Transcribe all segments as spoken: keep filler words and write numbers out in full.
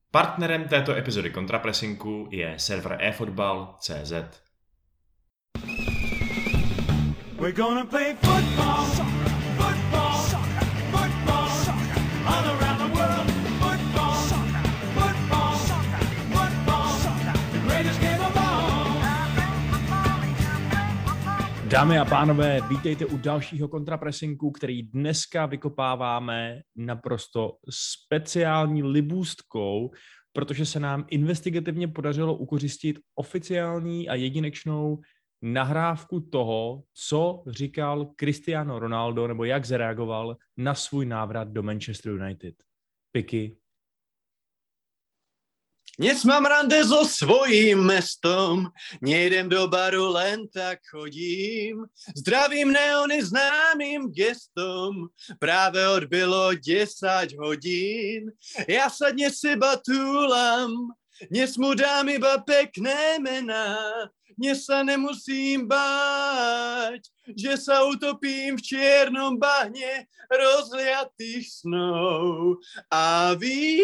Partnerem této epizody Kontrapresinku je server eFootball tečka cé zet. We're gonna play football, football, football, all around the world. Football, football, football, the greatest game of all. Dámy a pánové, vítejte u dalšího kontrapresinku, který dneska vykopáváme naprosto speciální libůstkou, protože se nám investigativně podařilo ukořistit oficiální a jedinečnou nahrávku toho, co říkal Cristiano Ronaldo, nebo jak zareagoval na svůj návrat do Manchester United. Piky. Dnes mám rande so svojím mestom, nejdem do baru, len tak chodím. Zdravím neony známým gestom, práve odbylo desať hodín. Ja sa dnes seba túlam, dnes mu dám iba pekné mená. Dnes sa nemusím báť, že sa utopím v čiernom bahne rozliatých snov. A ví...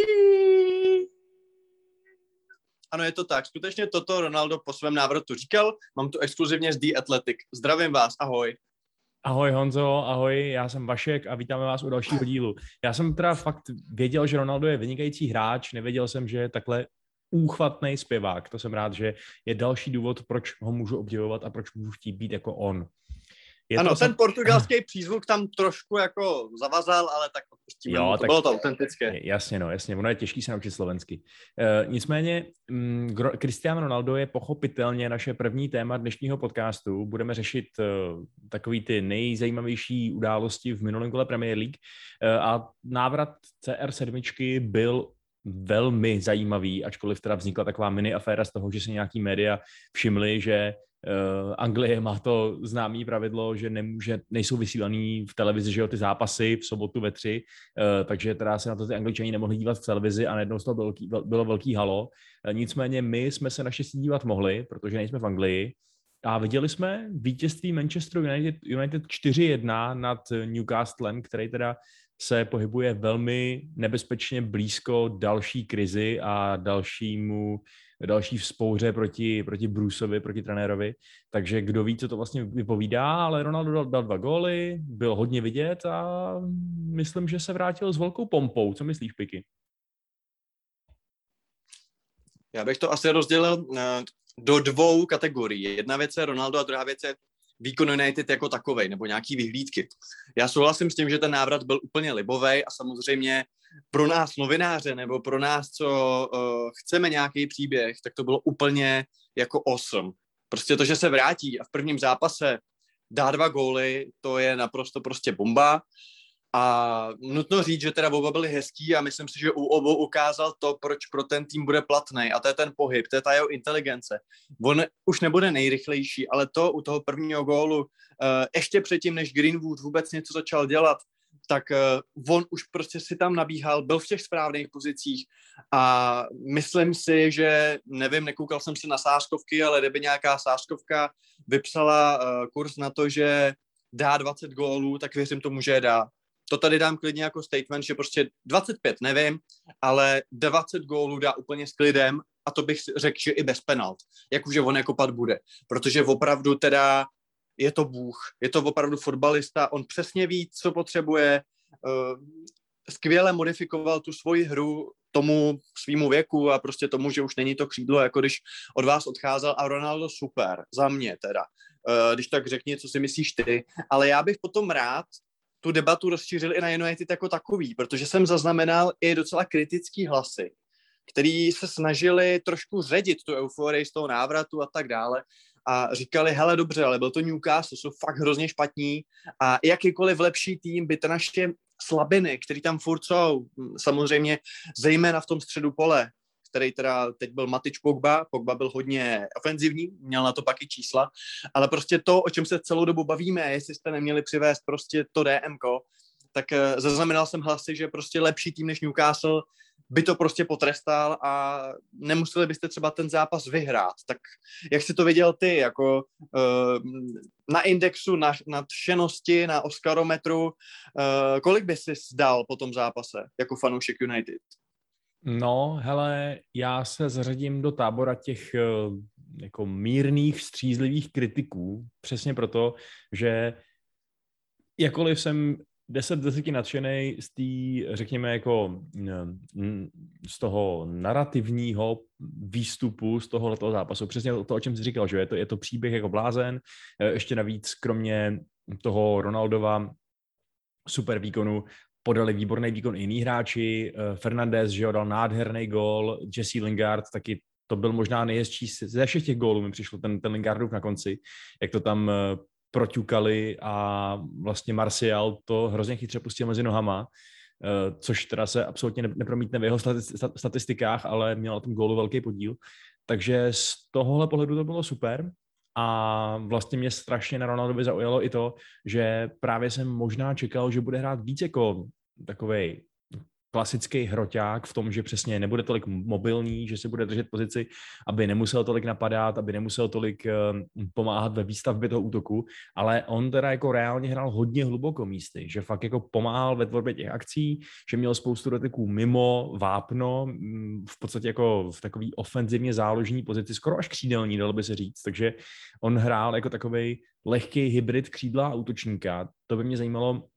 Ano, je to tak. Skutečně toto Ronaldo po svém návratu říkal. Mám tu exkluzivně z The Athletic. Zdravím vás, ahoj. Ahoj Honzo, ahoj, já jsem Vašek a vítáme vás u dalšího dílu. Já jsem teda fakt věděl, že Ronaldo je vynikající hráč, nevěděl jsem, že je takhle úchvatný zpěvák. To jsem rád, že je další důvod, proč ho můžu obdivovat a proč můžu chtít být jako on. Je ano, to ten sam... portugalský přízvuk tam trošku jako zavazal, ale tak odpustíme. Jo, to tak... bylo to autentické. Jasně, no, jasně. Ono je těžký se naučit slovensky. E, nicméně, m, Gro- Cristiano Ronaldo je pochopitelně naše první téma dnešního podcastu. Budeme řešit e, takový ty nejzajímavější události v minulém kole Premier League e, a návrat C R sedm byl velmi zajímavý, ačkoliv teda vznikla taková mini aféra z toho, že se nějaký média všimli, že Uh, Anglie má to známé pravidlo, že nemůže, nejsou vysílaný v televizi, že jo, ty zápasy v sobotu ve tři, uh, takže teda se na to ty Angličani nemohli dívat v televizi a najednou z toho bylo velký, bylo velký halo. Uh, nicméně my jsme se naštěstí dívat mohli, protože nejsme v Anglii a viděli jsme vítězství Manchester United, United čtyři jedna nad Newcastlem, který teda se pohybuje velmi nebezpečně blízko další krizi a dalšímu další vzpouře proti, proti Bruceovi, proti trenérovi. Takže kdo ví, co to vlastně vypovídá, ale Ronaldo dal, dal dva góly, byl hodně vidět a myslím, že se vrátil s velkou pompou. Co myslíš, Piky? Já bych to asi rozdělil do dvou kategorií. Jedna věc je Ronaldo a druhá věc je výkon United jako takovej, nebo nějaký vyhlídky. Já souhlasím s tím, že ten návrat byl úplně libovej a samozřejmě pro nás novináře, nebo pro nás, co uh, chceme nějaký příběh, tak to bylo úplně jako awesome. Prostě to, že se vrátí a v prvním zápase dá dva góly, to je naprosto prostě bomba. A nutno říct, že teda oba byli hezký a myslím si, že u obou ukázal to, proč pro ten tým bude platný. A to je ten pohyb, to je ta jeho inteligence. On už nebude nejrychlejší, ale to u toho prvního gólu, uh, ještě předtím, než Greenwood vůbec něco začal dělat, tak uh, on už prostě si tam nabíhal, byl v těch správných pozicích a myslím si, že, nevím, nekoukal jsem se na sázkovky, ale kdyby nějaká sázkovka vypsala uh, kurz na to, že dá dvacet gólů, tak věřím tomu, že je dá. To tady dám klidně jako statement, že prostě dvacet pět nevím, ale dvacet gólů dá úplně s klidem a to bych řekl, že i bez penalt, jakože on kopat bude, protože opravdu teda je to bůh, je to opravdu fotbalista, on přesně ví, co potřebuje, skvěle modifikoval tu svoji hru tomu svýmu věku a prostě tomu, že už není to křídlo, jako když od vás odcházel a Ronaldo super, za mě teda, když tak řekni, co si myslíš ty, ale já bych potom rád tu debatu rozšířil i na United jako takový, protože jsem zaznamenal i docela kritický hlasy, který se snažili trošku ředit tu euforii z toho návratu a tak dále a říkali, hele dobře, ale byl to Newcastle, jsou fakt hrozně špatní a jakýkoliv lepší tým by to naše slabiny, které tam furt jsou, samozřejmě zejména v tom středu pole, který teda teď byl Matič Pogba, Pogba byl hodně ofenzivní, měl na to pak i čísla, ale prostě to, o čem se celou dobu bavíme, jestli jste neměli přivést prostě to D M ko, tak zaznamenal jsem hlasy, že prostě lepší tým než Newcastle by to prostě potrestal a nemuseli byste třeba ten zápas vyhrát. Tak jak jsi to viděl ty, jako uh, na indexu na, nadšenosti, na Oscarometru, uh, kolik by jsi dal po tom zápase jako fanoušek United? No, hele, já se zařadím do tábora těch jako mírných, střízlivých kritiků, přesně proto, že jakkoliv jsem deset deseti nadšenej z té, řekněme, jako z toho narrativního výstupu z tohoto zápasu. Přesně to, o čem jsi říkal, že je to, je to příběh jako blázen. Ještě navíc, kromě toho Ronaldova super výkonu, podali výborný výkon i jiní hráči. Fernandes, že jo, dal nádherný gól, Jesse Lingard taky, to byl možná nejhezčí ze všech těch gólů, mi přišlo ten, ten Lingardův na konci, jak to tam proťukali a vlastně Martial to hrozně chytře pustil mezi nohama, což teda se absolutně nepromítne v jeho statistikách, ale měl na tom gólu velký podíl. Takže z tohohle pohledu to bylo super. A vlastně mě strašně na Ronaldovi zaujalo i to, že právě jsem možná čekal, že bude hrát víc jako takovej klasický hroťák v tom, že přesně nebude tolik mobilní, že si bude držet pozici, aby nemusel tolik napadat, aby nemusel tolik uh, pomáhat ve výstavbě toho útoku, ale on teda jako reálně hrál hodně hluboko místy, že fakt jako pomáhal ve tvorbě těch akcí, že měl spoustu dotyků mimo vápno, v podstatě jako v takový ofenzivně záložní pozici, skoro až křídelní, dalo by se říct, takže on hrál jako takovej lehký hybrid křídla a útočníka. To by mě zajímalo,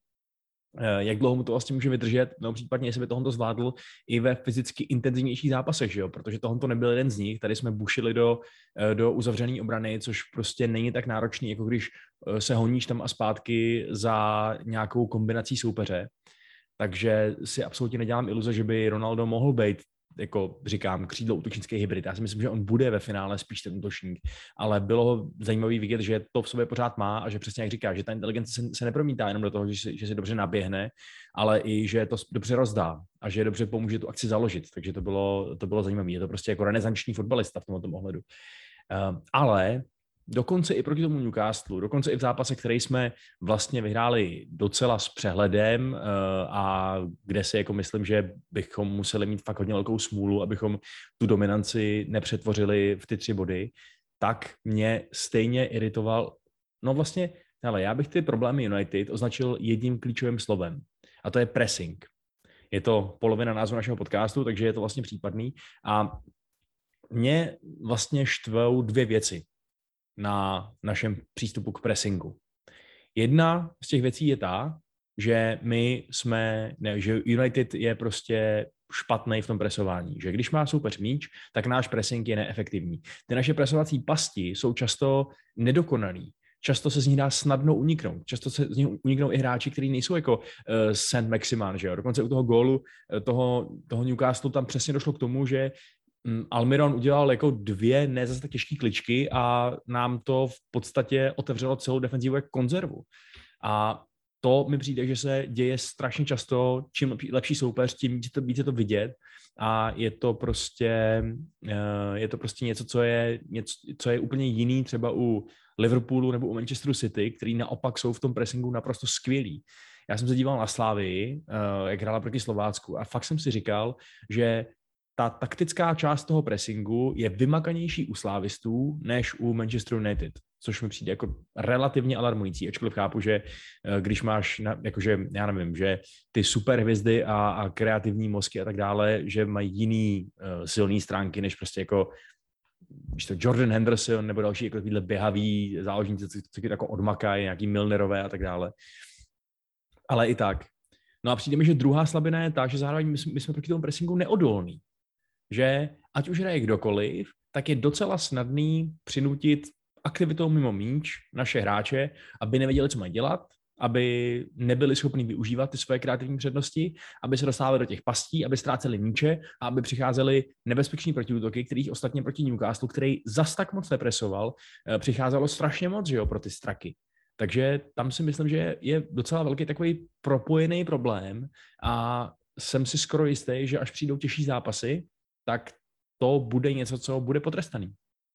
jak dlouho mu to vlastně může vydržet, no případně jestli by tohle to zvládl i ve fyzicky intenzivnějších zápasech, že jo? Protože tohle to nebyl jeden z nich, tady jsme bušili do, do uzavřené obrany, což prostě není tak náročný, jako když se honíš tam a zpátky za nějakou kombinací soupeře. Takže si absolutně nedělám iluze, že by Ronaldo mohl být, jako říkám, křídlo útočnický hybrid. Já si myslím, že on bude ve finále spíš ten útočník, ale bylo zajímavý vidět, že to v sobě pořád má a že přesně jak říká, že ta inteligence se, se nepromítá jenom do toho, že si, že si dobře naběhne, ale i, že to dobře rozdá a že dobře pomůže tu akci založit. Takže to bylo, to bylo zajímavé. Je to prostě jako renesanční fotbalista v tomto ohledu. Uh, ale dokonce i proti tomu Newcastlu, dokonce i v zápase, který jsme vlastně vyhráli docela s přehledem uh, a kde si jako myslím, že bychom museli mít fakt hodně velkou smůlu, abychom tu dominanci nepřetvořili v ty tři body, tak mě stejně iritoval, no vlastně, ale já bych ty problémy United označil jedním klíčovým slovem a to je pressing. Je to polovina názvu našeho podcastu, takže je to vlastně případný a mě vlastně štvou dvě věci na našem přístupu k pressingu. Jedna z těch věcí je ta, že my jsme, ne, že United je prostě špatný v tom presování, že když má soupeř míč, tak náš pressing je neefektivní. Ty naše presovací pasti jsou často nedokonalý. Často se z nich dá snadno uniknout. Často se z nich uniknou i hráči, kteří nejsou jako uh, Saint-Maximin, že jo. Dokonce u toho gólu uh, toho, toho Newcastle tam přesně došlo k tomu, že Almiron udělal jako dvě ne zase tak těžké kličky a nám to v podstatě otevřelo celou defenzivu jako konzervu. A to mi přijde, že se děje strašně často, čím lepší soupeř, tím více to, více to vidět a je to prostě, je to prostě něco, co je, něco, co je úplně jiný třeba u Liverpoolu nebo u Manchesteru City, který naopak jsou v tom pressingu naprosto skvělí. Já jsem se díval na Slávii, jak hrála proti Slovácku a fakt jsem si říkal, že ta taktická část toho pressingu je vymakanější u slávistů než u Manchester United, což mi přijde jako relativně alarmující, ačkoliv chápu, že když máš, na, jakože, já nevím, že ty superhvězdy a, a kreativní mozky a tak dále, že mají jiný uh, silný stránky, než prostě jako víš to, Jordan Henderson nebo další jako takovýhle běhavý záložníci, co jako odmakají, nějaký Milnerové a tak dále. Ale i tak. No a přijde mi, že druhá slabina je ta, že zároveň my jsme, my jsme proti tomu pressingu neodolní. Že ať už hraje kdokoliv, tak je docela snadný přinutit aktivitou mimo míč naše hráče, aby nevěděli, co mají dělat, aby nebyli schopni využívat ty svoje kreativní přednosti, aby se dostávali do těch pastí, aby ztráceli míče a aby přicházeli nebezpeční protiútoky, kterých ostatně proti Newcastle, který zas tak moc nepresoval, přicházelo strašně moc, že jo, pro ty straky. Takže tam si myslím, že je docela velký takový propojený problém a jsem si skoro jistý, že až přijdou těžší zápasy, tak to bude něco, co bude potrestaný.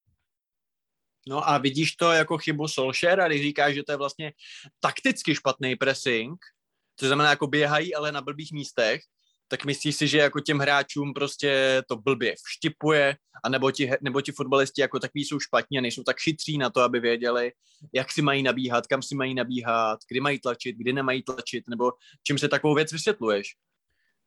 No a vidíš to jako chybu Solskjaera, když říkáš, že to je vlastně takticky špatný pressing, což znamená jako běhají, ale na blbých místech, tak myslíš si, že jako těm hráčům prostě to blbě vštipuje, anebo ti, nebo ti fotbalisti jako takový jsou špatní a nejsou tak chytří na to, aby věděli, jak si mají nabíhat, kam si mají nabíhat, kdy mají tlačit, kdy nemají tlačit, nebo čím se takovou věc vysvětluješ?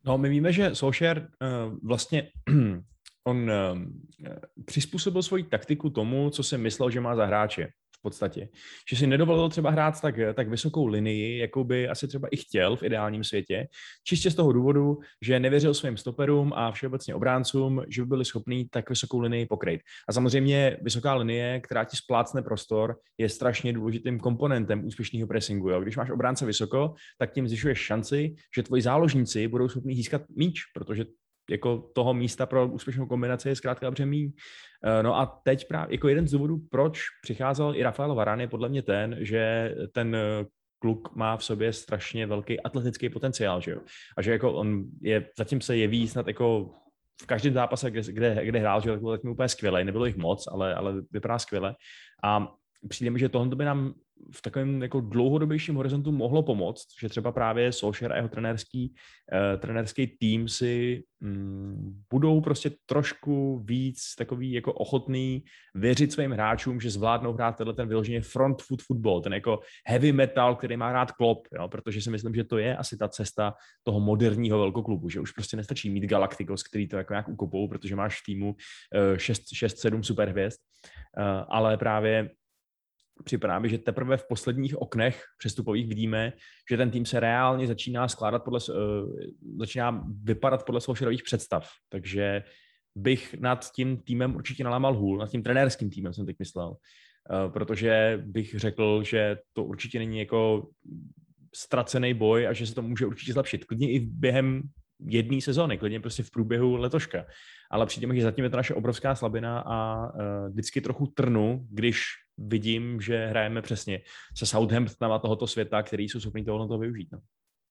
No, my víme, že Solskjaer uh, vlastně on uh, přizpůsobil svoji taktiku tomu, co si myslel, že má za hráče v podstatě. Že si nedovolil třeba hrát tak, tak vysokou linii, jakou by asi třeba i chtěl v ideálním světě, čistě z toho důvodu, že nevěřil svým stoperům a všeobecně obráncům, že by byli schopní tak vysokou linii pokryt. A samozřejmě vysoká linie, která ti splácne prostor, je strašně důležitým komponentem úspěšného pressingu. Jo? Když máš obránce vysoko, tak tím zvyšuješ šanci, že tvoji záložníci budou schopni získat míč, protože jako toho místa pro úspěšnou kombinaci je zkrátka dobře míň. No a teď právě jako jeden z důvodů, proč přicházel i Rafael Varane, je podle mě ten, že ten kluk má v sobě strašně velký atletický potenciál, že jo? A že jako on je, zatím se jeví snad jako v každém zápase, kde, kde, kde hrál, že tak byl tak úplně skvělej, nebylo jich moc, ale, ale vypadá skvěle. A přijde mi, že tohle by nám v takovém jako dlouhodobějším horizontu mohlo pomoct, že třeba právě Solskjaer a jeho trenérský, uh, trenérský tým si um, budou prostě trošku víc takový jako ochotný věřit svým hráčům, že zvládnou hrát tenhle ten vyloženě front foot football, ten jako heavy metal, který má hrát Klopp, jo? Protože si myslím, že to je asi ta cesta toho moderního velkoklubu, že už prostě nestačí mít Galacticos, který to jako nějak ukopou, protože máš v týmu uh, šest sedm superhvězd, uh, ale právě připadá mi, že teprve v posledních oknech přestupových vidíme, že ten tým se reálně začíná skládat podle, uh, začíná vypadat podle Solskjaerových představ. Takže bych nad tím týmem určitě nalámal hůl, nad tím trenérským týmem jsem teď myslel, uh, protože bych řekl, že to určitě není jako ztracený boj a že se to může určitě zlepšit. Klidně i během jedné sezóny, klidně prostě v průběhu letoška. Ale přijde mi, že zatím je to naše obrovská slabina a uh, vždycky trochu trnu, když vidím, že hrajeme přesně se Southamptonama tohoto světa, který jsou schopni tohle toho využít. No.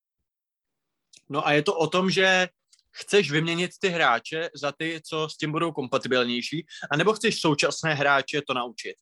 no a je to o tom, že chceš vyměnit ty hráče za ty, co s tím budou kompatibilnější, anebo chceš současné hráče to naučit?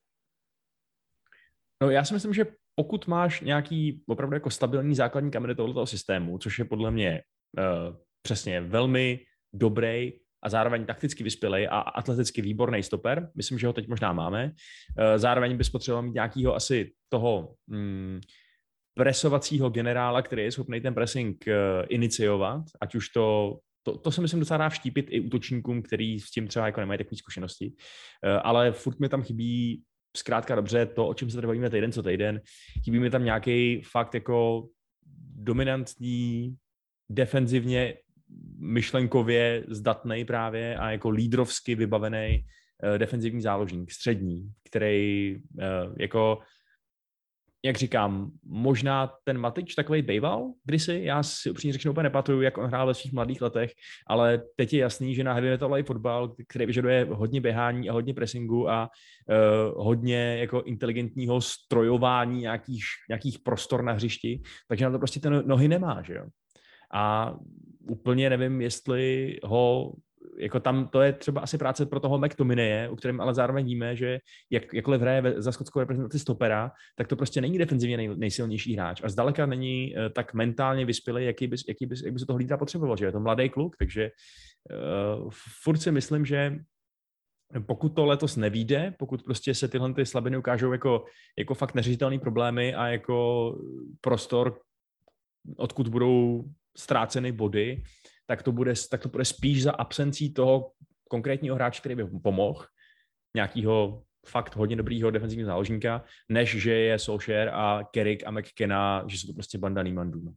No já si myslím, že pokud máš nějaký opravdu jako stabilní základní kamery tohoto systému, což je podle mě uh, přesně velmi dobrý a zároveň takticky vyspělej a atleticky výborný stoper. Myslím, že ho teď možná máme. Zároveň bys potřeboval mít nějakého asi toho mm, presovacího generála, který je schopný ten pressing uh, iniciovat, ať už to, to, to se myslím docela dá vštípit i útočníkům, který s tím třeba jako nemají takové zkušenosti. Uh, ale furt mi tam chybí zkrátka dobře to, o čem se tady bavíme týden co týden. Chybí mi tam nějaký fakt jako dominantní, defenzivně myšlenkově zdatnej právě a jako lídrovsky vybavený uh, defenzivní záložník, střední, který uh, jako, jak říkám, možná ten Matič takovej bejval kdysi, já si upřímně řečeno úplně nepamatuju, jak on hrál ve svých mladých letech, ale teď je jasný, že na heavy metalový fotbal, který vyžaduje hodně běhání a hodně pressingu a uh, hodně jako inteligentního strojování nějakých, nějakých prostor na hřišti, takže na to prostě ten nohy nemá, že jo. A úplně nevím, jestli ho, jako tam to je třeba asi práce pro toho McTominaye, u kterém ale zároveň víme, že jak, jakkoliv hraje za skotskou reprezentaci stopera, tak to prostě není defenzivně nej, nejsilnější hráč a zdaleka není uh, tak mentálně vyspělý, jaký by, jaký by, jak by se toho lídra potřeboval, že je to mladý kluk, takže uh, furt si myslím, že pokud to letos nevíde, pokud prostě se tyhle ty slabiny ukážou jako, jako fakt neřešitelný problémy a jako prostor, odkud budou ztráceny body, tak to bude, tak to bude spíš za absencí toho konkrétního hráče, který by pomohl, nějakého fakt hodně dobrýho defenzivního záložníka, než že je Solskjaer a Carrick a McKenna, že jsou to prostě banda nímandů.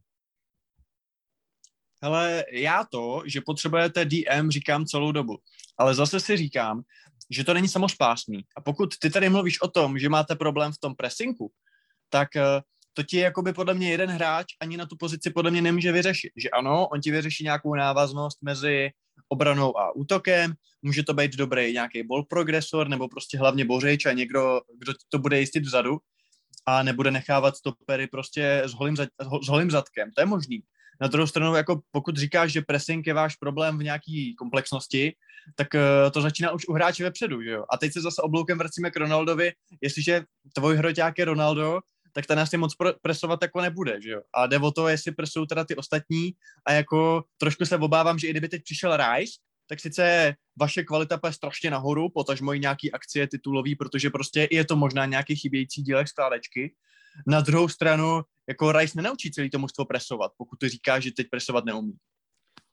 Hele, já to, že potřebujete D M, říkám celou dobu, ale zase si říkám, že to není samospásný. A pokud ty tady mluvíš o tom, že máte problém v tom pressingu, tak to ti jakoby podle mě jeden hráč ani na tu pozici podle mě nemůže vyřešit. Že ano, on ti vyřeší nějakou návaznost mezi obranou a útokem, může to být dobrý nějaký ball progresor, nebo prostě hlavně bořič a někdo, kdo to bude jistit vzadu a nebude nechávat stopery prostě s holým, s holým zadkem. To je možný. Na druhou stranu, jako pokud říkáš, že pressing je váš problém v nějaký komplexnosti, tak uh, to začíná už u hráče vepředu, že jo? A teď se zase obloukem vracíme k Ronaldovi, jestliže tvoj hroťák je Ronaldo, tak ten asi moc presovat jako nebude, že jo? A jde o to, jestli presou teda ty ostatní a jako trošku se obávám, že i kdyby teď přišel Rice, tak sice vaše kvalita půjde strašně nahoru, potažmo i nějaký akcie titulový, protože prostě je to možná nějaký chybějící dílek skládečky. Na druhou stranu, jako Rice nenaučí celý to mužstvo presovat, pokud to říká, že teď presovat neumí.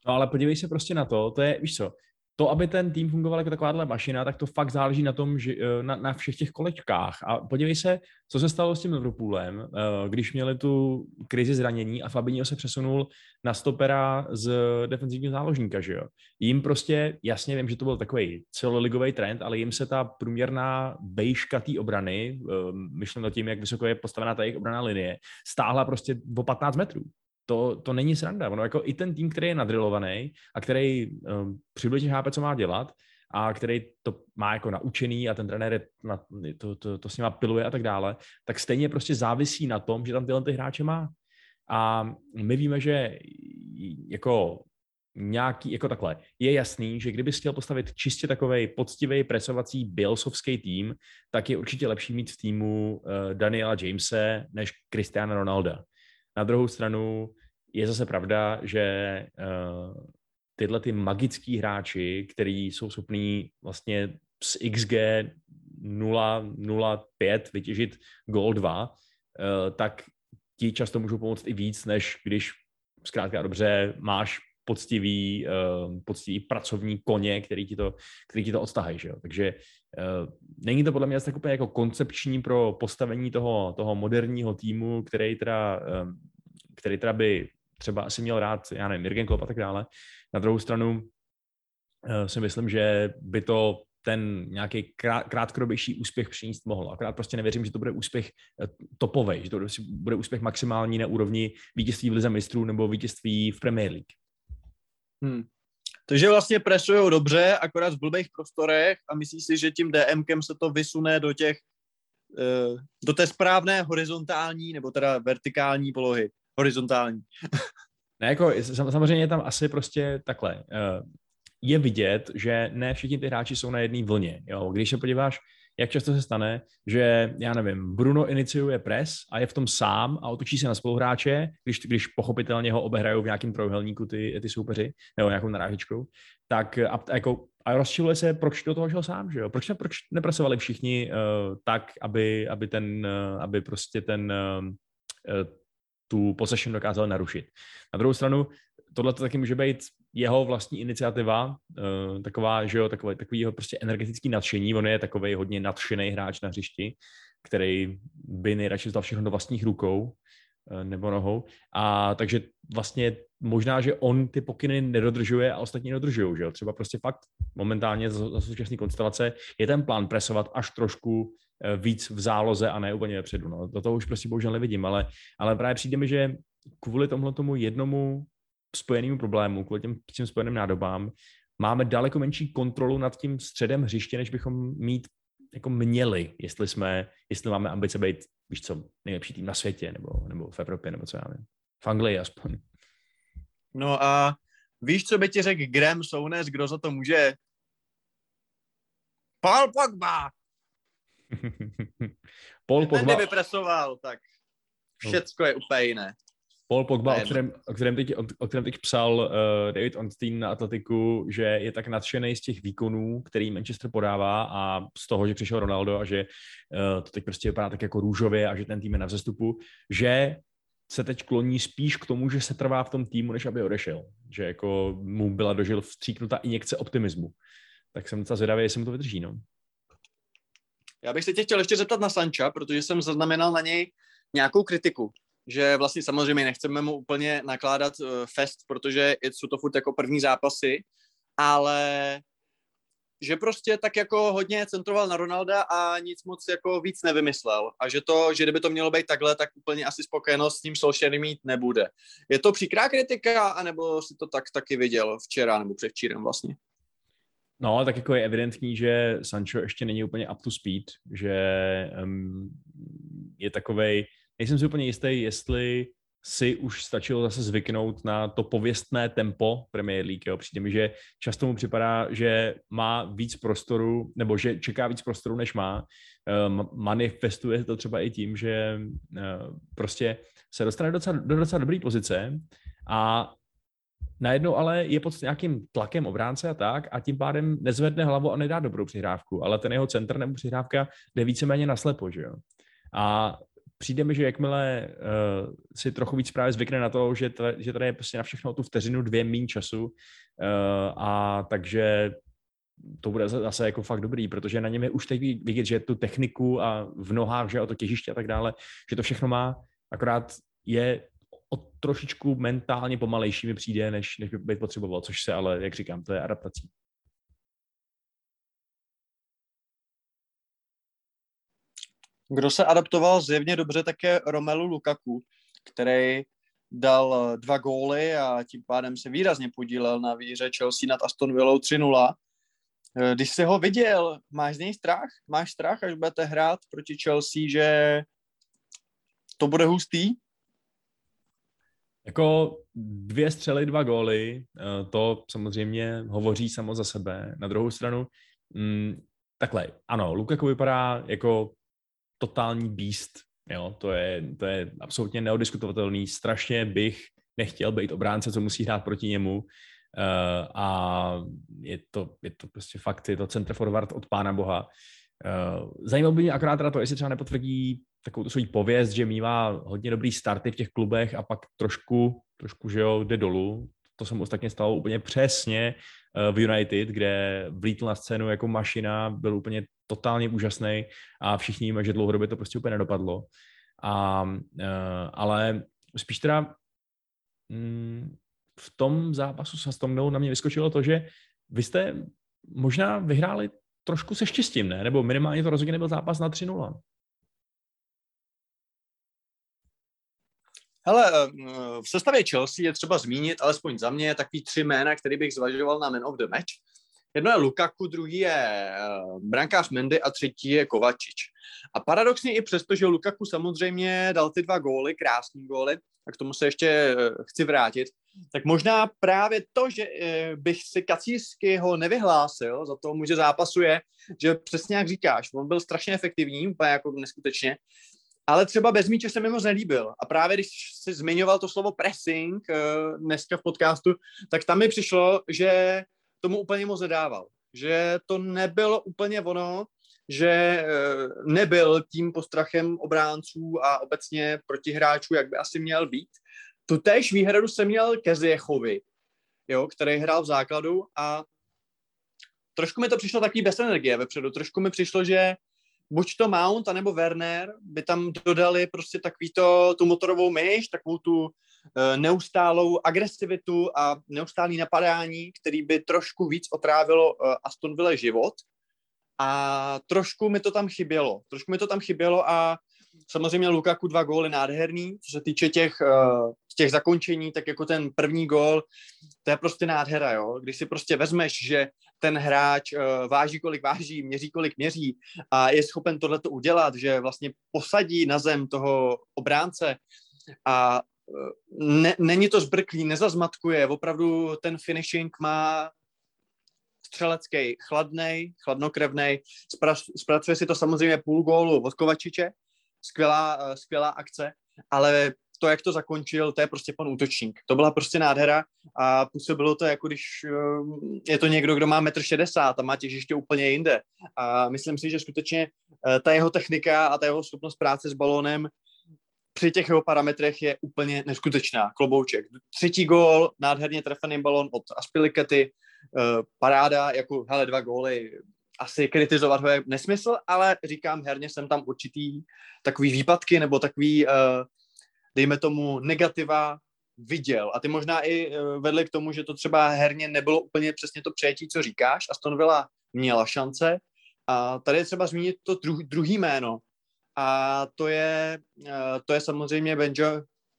No ale podívej se prostě na to, to je, víš co, to, aby ten tým fungoval jako takováhle mašina, tak to fakt záleží na tom, že na, na všech těch kolečkách. A podívej se, co se stalo s tím Liverpoolem, když měli tu krizi zranění a Fabinho se přesunul na stopera z defenzivního záložníka, že jo. Jim prostě, jasně vím, že to byl takový celoligový trend, ale jim se ta průměrná bejška té obrany, myšlím o tím, jak vysoko je postavená ta jejich obranná linie, stáhla prostě o patnáct metrů. To, to není sranda. Ono jako i ten tým, který je nadrilovaný a který um, přibližně chápe, co má dělat a který to má jako naučený a ten trenér je na, to, to, to s nima piluje a tak dále, tak stejně prostě závisí na tom, že tam tyhle ty hráče má. A my víme, že jako nějaký, jako takhle, je jasný, že kdyby chtěl postavit čistě takovej poctivý presovací bilsovský tým, tak je určitě lepší mít v týmu uh, Daniela Jamese než Cristiana Ronalda. Na druhou stranu je zase pravda, že uh, tyhle ty magický hráči, který jsou schopní vlastně z X G nula celá nula pět vytěžit gól dva, uh, tak ti často můžou pomoct i víc, než když zkrátka dobře máš poctivý, uh, poctivý pracovní koně, který ti to, který ti to odtahají. Že jo? Takže uh, není to podle mě tak úplně jako koncepční pro postavení toho, toho moderního týmu, který teda, um, který teda by třeba asi měl rád, já nevím, Jürgen Klopp a tak dále. Na druhou stranu uh, si myslím, že by to ten nějaký krát, krátkodobější úspěch přinést mohl. Akorát prostě nevěřím, že to bude úspěch topovej, že to bude úspěch maximální na úrovni vítězství v Lize mistrů nebo vítězství v Premier League. Hmm. Takže vlastně presujou dobře, akorát v blbých prostorech a myslíš si, že tím DMkem se to vysune do těch, do té správné horizontální nebo teda vertikální polohy. Horizontální. Ne, jako samozřejmě tam asi prostě takhle. Je vidět, že ne všichni ty hráči jsou na jedné vlně. Jo? Když se podíváš, jak často se stane, že, já nevím, Bruno iniciuje pres a je v tom sám a otočí se na spoluhráče, když, když pochopitelně ho obehrajou v nějakém trojuhelníku ty, ty soupeři, nebo nějakou narážičkou, tak a, jako, a rozčiluje se, proč do toho šel sám, že jo? Proč, proč nepresovali všichni uh, tak, aby, aby, ten, uh, aby prostě ten uh, tu possession dokázal narušit. Na druhou stranu, tohle to taky může být jeho vlastní iniciativa, uh, taková, že jo, takový, takový jeho prostě energetický nadšení, on je takovej hodně nadšený hráč na hřišti, který by nejradši zdal všechno do vlastních rukou uh, nebo nohou. A takže vlastně možná, že on ty pokyny nedodržuje a ostatní nedodržují, že jo. Třeba prostě fakt momentálně za, za současné konstelace je ten plán presovat až trošku uh, víc v záloze a ne úplně vepředu. No. Do toho už prostě bohužel nevidím, ale, ale právě přijde mi, že kvůli tomuhle tomu jednomu spojenému problému, kvůli těm, těm spojeným nádobám, máme daleko menší kontrolu nad tím středem hřiště, než bychom mít jako měli, jestli jsme, jestli máme ambice být, víš co, nejlepší tým na světě, nebo, nebo v Evropě, nebo co já vím. V Anglii aspoň. No a víš, co by ti řekl Graham Souness, kdo za to může? Paul Pogba! Paul Pogba. Ten kdyby presoval, tak všecko je úplně jiné. Paul Pogba, o kterém, o kterém, teď, o kterém teď psal uh, David Ornstein na Atletiku, že je tak nadšený z těch výkonů, který Manchester podává a z toho, že přišel Ronaldo a že uh, to teď prostě vypadá tak jako růžově a že ten tým je na vzestupu, že se teď kloní spíš k tomu, že se trvá v tom týmu, než aby odešel. Že jako mu byla dožil vstříknutá injekce optimismu. Tak jsem docela zvědavý, jestli mu to vydrží, no. Já bych se tě chtěl ještě zeptat na Sancha, protože jsem zaznamenal na něj nějakou kritiku. Že vlastně samozřejmě nechceme mu úplně nakládat uh, fest, protože jsou to furt jako první zápasy, ale že prostě tak jako hodně centroval na Ronalda a nic moc jako víc nevymyslel. A že to, že kdyby to mělo být takhle, tak úplně asi spokojenost s tím Solskjaerem mít nebude. Je to příkrá kritika, anebo si to tak taky viděl včera nebo předvčírem vlastně? No, tak jako je evidentní, že Sancho ještě není úplně up to speed, že um, je takovej. Nejsem si úplně jistý, jestli si už stačilo zase zvyknout na to pověstné tempo Premier League. Jo. Přijde mi, že často mu připadá, že má víc prostoru, nebo že čeká víc prostoru, než má. Um, manifestuje to třeba i tím, že uh, prostě se dostane docela, do docela dobré pozice a najednou ale je pod nějakým tlakem obránce a tak a tím pádem nezvedne hlavu a nedá dobrou přihrávku, ale ten jeho centr nebo přihrávka jde víceméně naslepo, že jo. A přijde mi, že jakmile uh, si trochu víc právě zvykne na to, že, t- že tady je prostě na všechno tu vteřinu dvě míň času uh, a takže to bude zase jako fakt dobrý, protože na něm je už teď vidět, že tu techniku a v nohách, že o to těžiště a tak dále, že to všechno má, akorát je o trošičku mentálně pomalejší mi přijde, než, než by být potřeboval, což se ale, jak říkám, to je adaptací. Kdo se adaptoval zjevně dobře, tak je Romelu Lukaku, který dal dva góly a tím pádem se výrazně podílel na výhře Chelsea nad Aston Villou tři nula. Když jsi ho viděl, máš z něj strach? Máš strach, až budete hrát proti Chelsea, že to bude hustý? Jako dvě střely, dva góly, to samozřejmě hovoří samo za sebe. Na druhou stranu, mm, takhle, ano, Lukaku vypadá jako totální beast, jo, to je, to je absolutně neodiskutovatelný. Strašně bych nechtěl být obránce, co musí hrát proti němu. Uh, a je to, je to prostě fakt, je to center forward od pána boha. Uh, zajímalo by mě akorát teda to, jestli třeba nepotvrdí takovou tu svou pověst, že mívá hodně dobrý starty v těch klubech a pak trošku, trošku, že jo, jde dolů. To se mu ostatně stalo úplně přesně uh, v United, kde vlítl na scénu jako mašina, byl úplně totálně úžasný a všichni víme, že dlouhodobě to prostě úplně nedopadlo. A, uh, ale spíš teda mm, v tom zápasu s Aston Villou na mě vyskočilo to, že vy jste možná vyhráli trošku se štěstím, ne? Nebo minimálně to rozhodně nebyl zápas na tři nula. Hele, v sestavě Chelsea je třeba zmínit, alespoň za mě, takový tři jména, který bych zvažoval na man of the match. Jedno je Lukaku, druhý je brankář Mendy a třetí je Kovačič. A paradoxně i přesto, že Lukaku samozřejmě dal ty dva góly, krásný góly, a k tomu se ještě chci vrátit, tak možná právě to, že bych si kacírsky ho nevyhlásil za toho muže zápasu je, že přesně jak říkáš, on byl strašně efektivní, úplně jako neskutečně, ale třeba bez míče se mi moc nelíbil. A právě když jsi zmiňoval to slovo pressing dneska v podcastu, tak tam mi přišlo, že tomu úplně moc nedával. Že to nebylo úplně ono, že nebyl tím postrachem obránců a obecně protihráčů, jak by asi měl být. Tutéž výhradu jsem měl ke Zjechovi, jo, který hrál v základu a trošku mi to přišlo takový bez energie vepředu. Trošku mi přišlo, že buď to Mount, anebo Werner by tam dodali prostě takový to, tu motorovou myš, takovou tu e, neustálou agresivitu a neustálý napadání, který by trošku víc otrávilo e, Aston Villa život. A trošku mi to tam chybělo. Trošku mi to tam chybělo a samozřejmě Lukaku dva góly nádherný. Co se týče těch, uh, těch zakončení, tak jako ten první gól, to je prostě nádhera, jo. Když si prostě vezmeš, že ten hráč uh, váží, kolik váží, měří, kolik měří a je schopen tohleto udělat, že vlastně posadí na zem toho obránce a uh, ne, není to zbrklý, nezazmatkuje, opravdu ten finishing má střelecký, chladnej, chladnokrevnej, zpracuje si to samozřejmě půl gólu od Kovačiče, skvělá, skvělá akce, ale to, jak to zakončil, to je prostě pan útočník. To byla prostě nádhera a působilo to, jako když je to někdo, kdo má metr šedesát a má těžiště úplně jinde. A myslím si, že skutečně ta jeho technika a ta jeho schopnost práce s balónem při těch jeho parametrech je úplně neskutečná. Klobouček. Třetí gól, nádherně trefený balón od Aspilicuety, paráda, jako hele, dva góly, asi kritizovat ho je nesmysl, ale říkám, herně jsem tam určitý takový výpadky nebo takový, dejme tomu, negativa viděl. A ty možná i vedli k tomu, že to třeba herně nebylo úplně přesně to přijetí, co říkáš. Aston Villa měla šance. A tady je třeba zmínit to druh, druhý jméno. A to je, to je samozřejmě Benjo...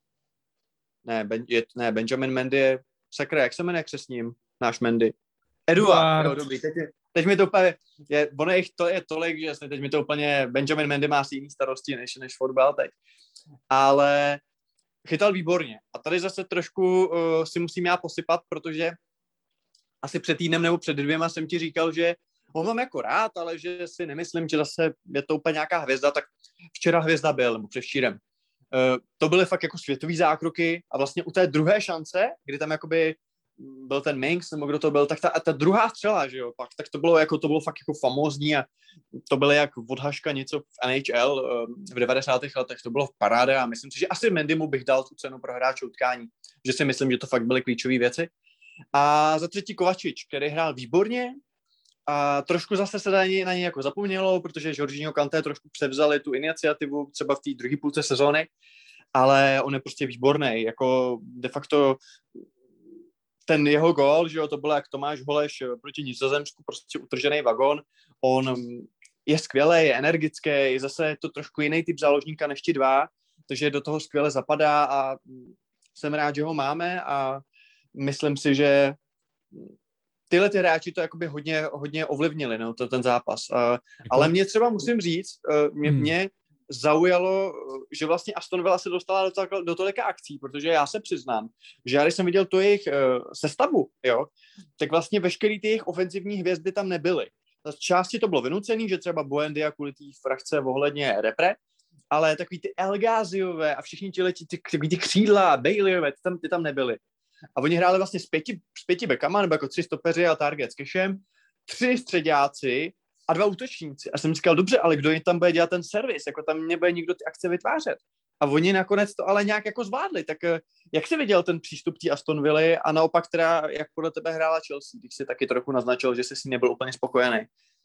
Ne, ben, je, ne, Benjamin Mendy je... Sakra, jak se jmenuje křesním náš Mendy? Eduard. Jo, dobrý. Teď, teď mi to úplně... Je, ono je, to je tolik, že jasně, teď mi to úplně... Benjamin Mendy má si jiný starosti než, než fotbal teď. Ale chytal výborně. A tady zase trošku uh, si musím já posypat, protože asi před týdnem nebo před dvěma jsem ti říkal, že ho mám jako rád, ale že si nemyslím, že zase je to úplně nějaká hvězda, tak včera hvězda byl, nebo předevčírem. Uh, to byly fakt jako světový zákroky a vlastně u té druhé šance, kdy tam jakoby byl ten Minks, nebo kdo to byl, tak ta, ta druhá střela, že jo, pak, tak to bylo jako, to bylo fakt jako famózní a to bylo jak od Haška něco v N H L v devadesátých letech, to bylo v paráde a myslím si, že asi Mendymu bych dal tu cenu pro hráče utkání, že si myslím, že to fakt byly klíčové věci. A za třetí Kovačič, který hrál výborně a trošku zase se na něj, na něj jako zapomnělo, protože Jorginho Kanté trošku převzali tu iniciativu třeba v té druhé půlce sezóny, ale on je prostě výborný, jako de facto ten jeho gól, že jo, to bylo jak Tomáš Holeš proti Nizozemsku, prostě utržený vagón, on je skvělý, je energický, zase je to trošku jiný typ záložníka než ti dva, takže do toho skvěle zapadá a jsem rád, že ho máme a myslím si, že tyhle ty hráči to jakoby hodně, hodně ovlivnili, no, to, ten zápas. Uh, ale mě třeba musím říct, uh, mě, hmm. mě zaujalo, že vlastně Aston Villa se dostala do, do tolika akcí, protože já se přiznám, že já když jsem viděl tu jejich uh, sestavu, jo, tak vlastně veškerý ty jejich ofenzivní hvězdy tam nebyly. Z části to bylo vynucený, že třeba Buendia kvůli té frakce ohledně repre, ale takový ty El Ghaziové a všichni ti leti, ty, ty, ty křídla, Baileyové, ty tam, ty tam nebyly. A oni hráli vlastně s pěti, s pěti backama, nebo jako tři stopeři a target s Cashem, tři středáci a dva útočníci. A jsem říkal, dobře, ale kdo jim tam bude dělat ten servis? Jako tam nebude nikdo ty akce vytvářet. A oni nakonec to ale nějak jako zvládli. Tak jak jsi viděl ten přístup té Aston Villa a naopak teda, jak podle tebe hrála Chelsea, když jsi taky trochu naznačil, že jsi s ní nebyl úplně spokojený?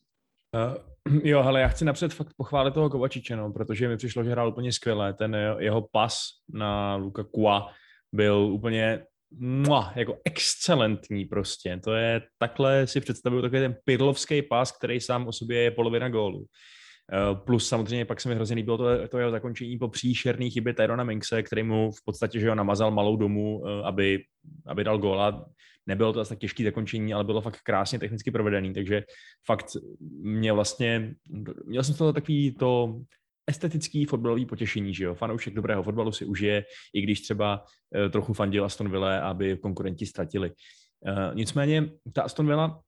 Uh, jo, hele, já chci napřed fakt pochválit toho Kovačiče, no, protože mi přišlo, že hrál úplně skvěle. Ten jeho pas na Lukakua byl úplně mua, jako excelentní prostě. To je, takhle si představuju takový ten pirlovský pas, který sám o sobě je polovina gólu. Plus samozřejmě pak se mi hrozně líbilo to, to jeho zakončení po příšerný chybě Tyrona Minkse, který mu v podstatě, že ho namazal malou domu, aby, aby dal góla. Nebylo to asi tak těžké zakončení, ale bylo fakt krásně technicky provedený, takže fakt mě vlastně, měl jsem z toho takový to estetický fotbalový potěšení, že jo. Fanoušek dobrého fotbalu si užije, i když třeba uh, trochu fandil Aston Villa, aby konkurenti ztratili. Uh, nicméně ta Aston Villa,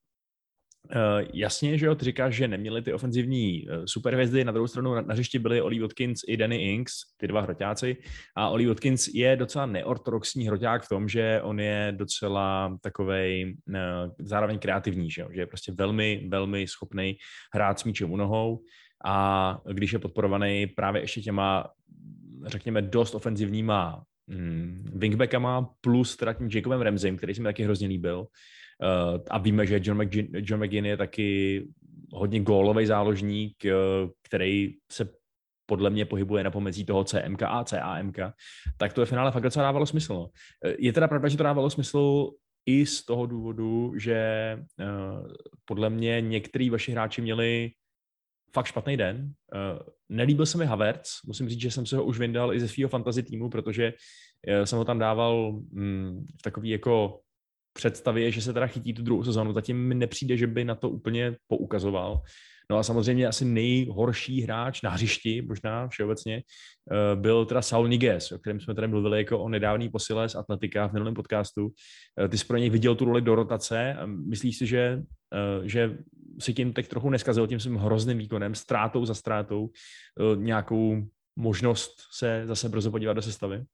Uh, jasně, že jo, ty říkáš, že neměli ty ofenzivní uh, superhvězdy, na druhou stranu na, na hřišti byli Oli Watkins i Danny Ings, ty dva hroťáci, a Oli Watkins je docela neortodoxní hroťák v tom, že on je docela takovej uh, zároveň kreativní, že jo, že je prostě velmi, velmi schopný hrát s míčem u nohou a když je podporovaný právě ještě těma, řekněme, dost ofenzivníma mm, wingbackama plus teda tím Jacobem Ramseym, který se mi taky hrozně líbil. Uh, a víme, že John, McGinn, John McGinn je taky hodně gólový záložník, uh, který se podle mě pohybuje na pomezí toho C M K a C A M K, tak to ve finále fakt docela dávalo smysl. Uh, je teda pravda, že to dávalo smysl i z toho důvodu, že uh, podle mě některý vaši hráči měli fakt špatný den. Uh, nelíbil se mi Havertz, musím říct, že jsem se ho už vyndal i ze svého fantasy týmu, protože uh, jsem ho tam dával um, v takový jako představě, že se teda chytí tu druhou sezonu, zatím mi nepřijde, že by na to úplně poukazoval. No a samozřejmě asi nejhorší hráč na hřišti, možná všeobecně, byl teda Saul Niguez, o kterém jsme tady mluvili jako o nedávný posile z Atletika v minulém podcastu. Ty jsi pro něj viděl tu roli do rotace. Myslíš si, že, že si tím teď trochu neskazil tím svým hrozným výkonem, ztrátou za ztrátou, nějakou možnost se zase brzo podívat do sestavy?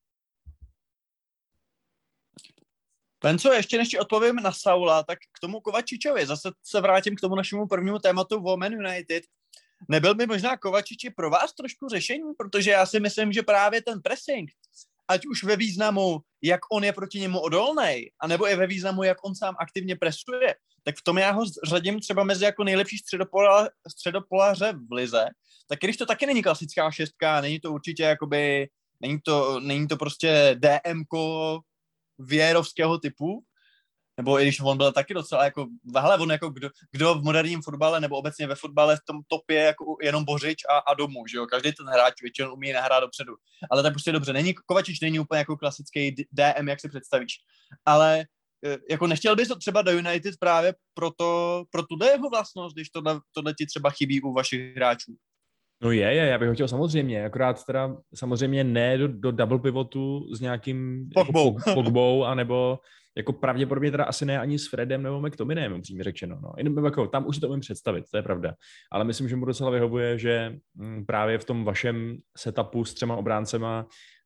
Venco, ještě než ti odpovím na Saula, tak k tomu Kovačičovi, zase se vrátím k tomu našemu prvnímu tématu Women United. Nebyl by možná Kovačiči pro vás trošku řešení, protože já si myslím, že právě ten pressing, ať už ve významu, jak on je proti němu odolnej, anebo i ve významu, jak on sám aktivně presuje, tak v tom já ho řadím třeba mezi jako nejlepší středopola, středopolaře v lize. Tak když to taky není klasická šestka, není to určitě jakoby, není to, není to prostě DMko věrovského typu, nebo i když on byl taky docela jako, hele, on jako kdo, kdo v moderním fotbale nebo obecně ve fotbale v tom topě jako jenom Bořič a, a domů, že jo, každý ten hráč většinou umí nahrát dopředu, ale tak prostě dobře, není, Kovačič není úplně jako klasický D M, jak si představíš, ale jako nechtěl bys to třeba do United právě proto, pro tuhle jeho vlastnost, když tohle, tohle ti třeba chybí u vašich hráčů? No je, je, já bych ho chtěl samozřejmě, akorát teda samozřejmě ne do, do double pivotu s nějakým Pogbou, jako Pogbou, anebo jako pravděpodobně teda asi ne ani s Fredem nebo McTominaym, upřímně řečeno. No. Jenom jako, tam už si to umím představit, to je pravda. Ale myslím, že mu docela vyhovuje, že m, právě v tom vašem setupu s třema obráncema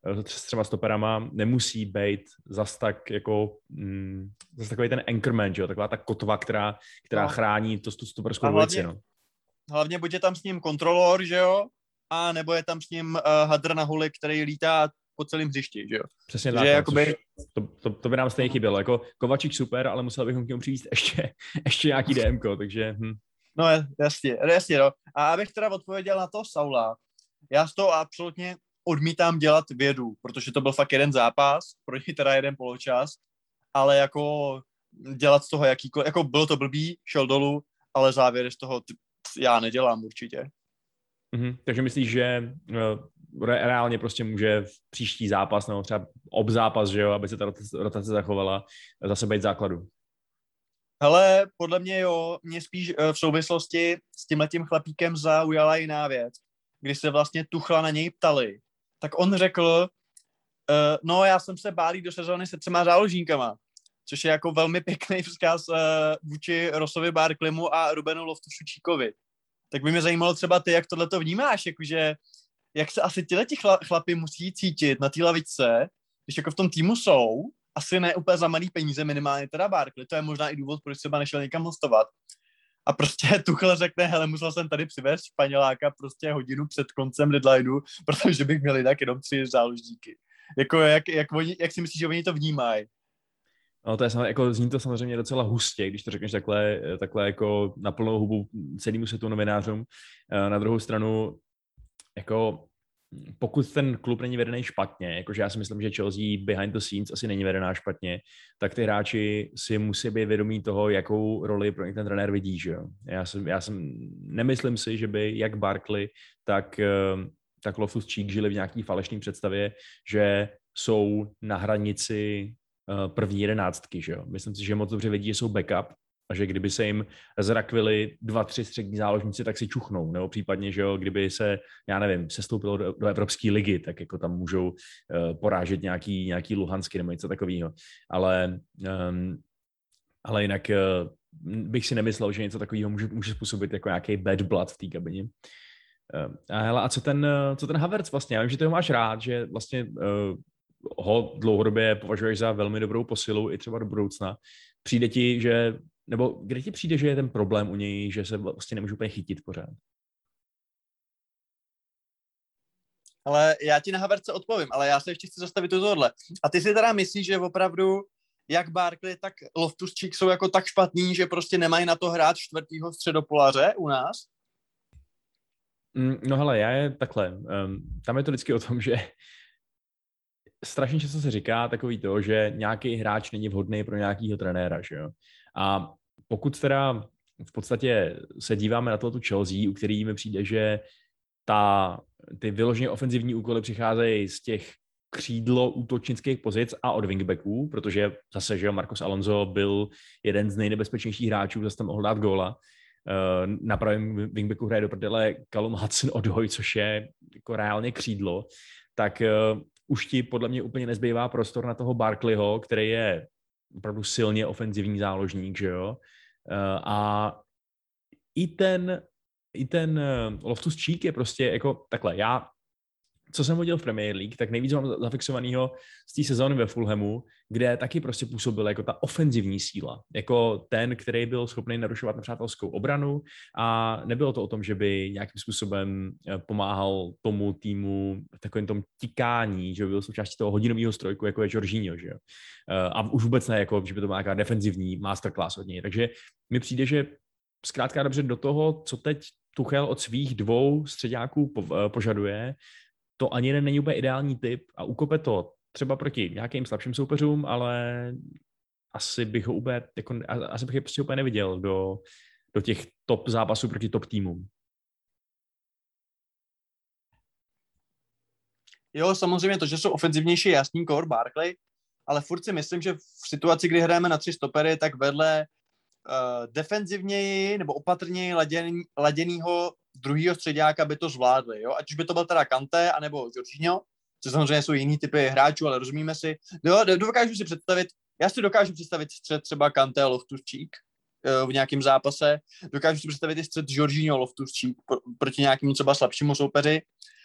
s třema stoperama nemusí být zas tak jako, mm, zas takový ten anchorman, že jo? Taková ta kotva, která, která No. chrání to, tu stoperskou A dvojici, hlavně, no. hlavně buď je tam s ním kontrolor, že jo, a nebo je tam s ním uh, hadr na huli, který lítá po celém hřišti, že jo. Přesně Takže tak, no, jakoby... to, to, to by nám stejně chybělo. Jako Kovačič super, ale musel bychom k němu přivést ještě, ještě nějaký DMko, takže... Hm. No jasně, jasně, no. A abych teda odpověděl na to Saula, já z toho absolutně odmítám dělat vědu, protože to byl fakt jeden zápas, pro něj teda jeden poločas, ale jako dělat z toho jakýkoliv, jako bylo to blbý, šel dolů, ale závěr z toho t- já nedělám určitě. Mhm, takže myslíš, že uh, re- reálně prostě může v příští zápas, nebo třeba obzápas, že jo, aby se ta rotace, rotace zachovala, zase být základu? Hele, podle mě jo, mě spíš uh, v souvislosti s tímhletím chlapíkem zaujala jiná věc, když se vlastně Tuchla na něj ptali, tak on řekl, uh, no já jsem se bálí do sezóny se třema záložníkama, což je jako velmi pěkný vzkaz uh, vůči Rossovi Barkleymu a Rubenu Loftusu-Cheekovi. Tak by mě zajímalo třeba ty, jak tohle to vnímáš, jakože jak se asi tyhleti chla, chlapi musí cítit na té lavičce, když jako v tom týmu jsou, asi ne úplně za malý peníze, minimálně teda Barkley, to je možná i důvod, proč třeba nešel někam hostovat. A prostě Tuchel řekne, hele, musel jsem tady přivést Španěláka prostě hodinu před koncem deadlineu, protože bych měl jinak jenom tři záložníky. Jako jak, jak, oni, jak si myslíš, že oni to vnímají? No to je samozřejmě, jako zní to samozřejmě docela hustě, když to řekneš takhle, takhle jako na plnou hubu celému světu novinářům. Na druhou stranu, jako pokud ten klub není vedený špatně, jakože já si myslím, že Chelsea behind the scenes asi není vedená špatně, tak ty hráči si musí být vědomí toho, jakou roli pro ně ten trenér vidí, že jo. Já jsem, já jsem, nemyslím si, že by jak Barkley, tak, tak Loftus-Cheek žili v nějaký falešný představě, že jsou na hranici první jedenáctky, že jo. Myslím si, že moc dobře vědí, že jsou backup a že kdyby se jim zrakvili dva, tři střední záložníci, tak si čuchnou, nebo případně, že jo, kdyby se, já nevím, sestoupilo do, do Evropské ligy, tak jako tam můžou uh, porážet nějaký, nějaký Luhansky nebo něco takového. Ale, um, ale jinak uh, bych si nemyslel, že něco takového může, může způsobit jako nějaký bad blood v té kabině. Uh, a, hele, a co ten, co ten Havertz vlastně? Já vím, že ty ho máš rád, že vlastně uh, ho dlouhodobě považuješ za velmi dobrou posilu i třeba do budoucna. Přijde ti, že, nebo kde ti přijde, že je ten problém u něj, že se vlastně nemůžu úplně chytit pořád? Ale já ti na Havertze odpovím, ale já se ještě chci zastavit u tohohle. A ty si teda myslíš, že opravdu jak Barkley, tak Loftus-Cheek jsou jako tak špatný, že prostě nemají na to hrát čtvrtýho středopolaře u nás? No hele, já je takhle. Um, tam je to vždycky o tom, že strašně často se říká takový to, že nějaký hráč není vhodný pro nějakýho trenéra, že jo. A pokud teda v podstatě se díváme na tu Chelsea, u který mi přijde, že ta, ty vyloženě ofenzivní úkoly přicházejí z těch křídlo útočnických pozic a od wingbacků, protože zase, že jo, Marcos Alonso byl jeden z nejnebezpečnějších hráčů, zase tam mohl dát góla. Na pravém wingbacku hraje do prdele Callum Hudson-Odoi, což je jako reálně křídlo, tak už ti podle mě úplně nezbývá prostor na toho Barkleyho, který je opravdu silně ofenzivní záložník, že jo. A i ten, i ten Loftus-Cheek je prostě jako takhle, já, co jsem hodil v Premier League, tak nejvíc mám zafixovanýho z té sezóny ve Fulhamu, kde taky prostě působil jako ta ofenzivní síla, jako ten, který byl schopný narušovat nepřátelskou obranu a nebylo to o tom, že by nějakým způsobem pomáhal tomu týmu v takovém tom tikání, že by byl součástí toho hodinového strojku, jako je Jorginho, že jo. A už vůbec ne, jako, že by to byla nějaká defenzivní masterclass od něj. Takže mi přijde, že zkrátka dobře do toho, co teď Tuchel od svých dvou středáků požaduje, to ani jeden není úplně ideální typ a ukope to třeba proti nějakým slabším soupeřům, ale asi bych ho úplně, jako, asi bych je prostě úplně neviděl do, do těch top zápasů proti top týmům. Jo, samozřejmě to, že jsou ofenzivnější, jasný kor Barkley, ale furt si myslím, že v situaci, kdy hrajeme na tři stopery, tak vedle uh, defenzivněji nebo opatrněji laděný, laděnýho druhýho středáka by to zvládli, jo? Ať už by to byl teda Kanté, anebo Jorginho, což samozřejmě jsou jiný typy hráčů, ale rozumíme si. Jo, dokážu si představit, já si dokážu představit střed třeba Kanté Loftus-Cheek v nějakém zápase, dokážu si představit i střed Jorginho Loftus-Cheek proti nějakému třeba slabšímu soupeři,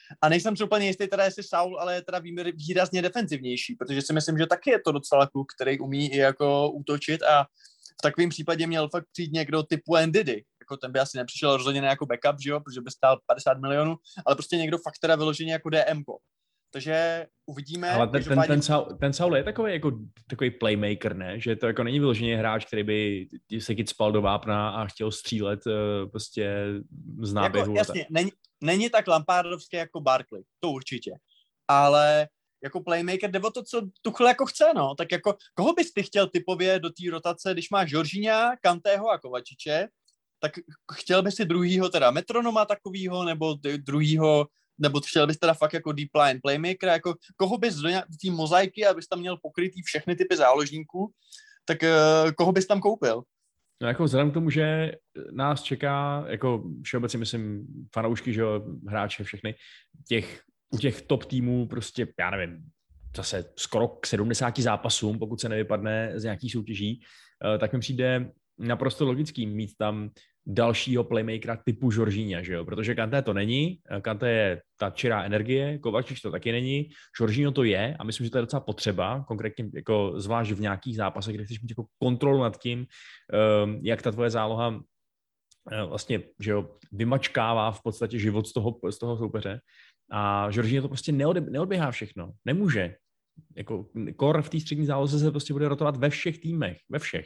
A nejsem si úplně jistý teda, jestli Saul, ale je teda výrazně defenzivnější, protože si myslím, že taky je to docela kluk, který umí i jako útočit a v takovém případě měl fakt přijít někdo typu Ndidi. Jako ten by asi nepřišel rozhodně jako backup, že jo, protože by stál padesát milionů, ale prostě někdo fakt teda vyloženě jako D M ko. Takže uvidíme. Ale ten, ten, ten, Saul, ten Saul je takový jako takový playmaker, ne? Že to jako není vyloženě hráč, který by se kycpal do vápna a chtěl střílet prostě z náběhu. Jako, jasně, není, není tak Lampardovský jako Barkley, to určitě. Ale jako playmaker, nebo to, co Tuchel jako chce, no. Tak jako, koho bys ty chtěl typově do té rotace, když máš Jorginha, Kanteho a Kovačiče, tak chtěl bys si druhýho teda metronoma takovýho, nebo druhýho, nebo chtěl bys teda fakt jako deep line playmaker, jako koho bys do té mozaiky, abys tam měl pokrytý všechny typy záložníků, tak uh, koho bys tam koupil? No jako vzhledem k tomu, že nás čeká, jako všeobecně myslím fanoušky, že jo, hráče všechny, těch, u těch top týmů prostě, já nevím, zase skoro k sedmdesáti zápasům, pokud se nevypadne z nějakých soutěží, tak mi přijde naprosto logický mít tam dalšího playmakera typu Jorginha, že jo, protože Kanté to není, Kanté je ta čirá energie, Kovačič to taky není, Jorginho to je a myslím, že to je docela potřeba, konkrétně jako zvlášť v nějakých zápasech, kde chceš mít jako kontrolu nad tím, jak ta tvoje záloha vlastně, že jo, vymačkává v podstatě život z toho, z toho soupeře a Jorginho to prostě neode, neodběhá všechno, nemůže. Jako kor v té střední záloze se prostě bude rotovat ve všech týmech, ve všech.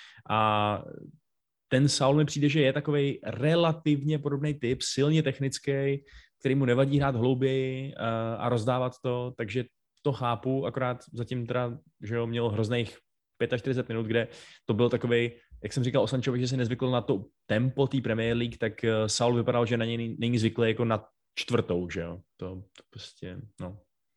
A ten Saul mi přijde, že je takovej relativně podobný typ, silně technický, který mu nevadí hrát hlouběji a rozdávat to, takže to chápu, akorát zatím teda, že jo, měl hrozných čtyřicet pět minut, kde to byl takovej, jak jsem říkal o Sanchovi, že se nezvykl na to tempo té Premier League, tak Saul vypadal, že na něj není zvyklý jako na čtvrtou, že jo, to, to prostě, no.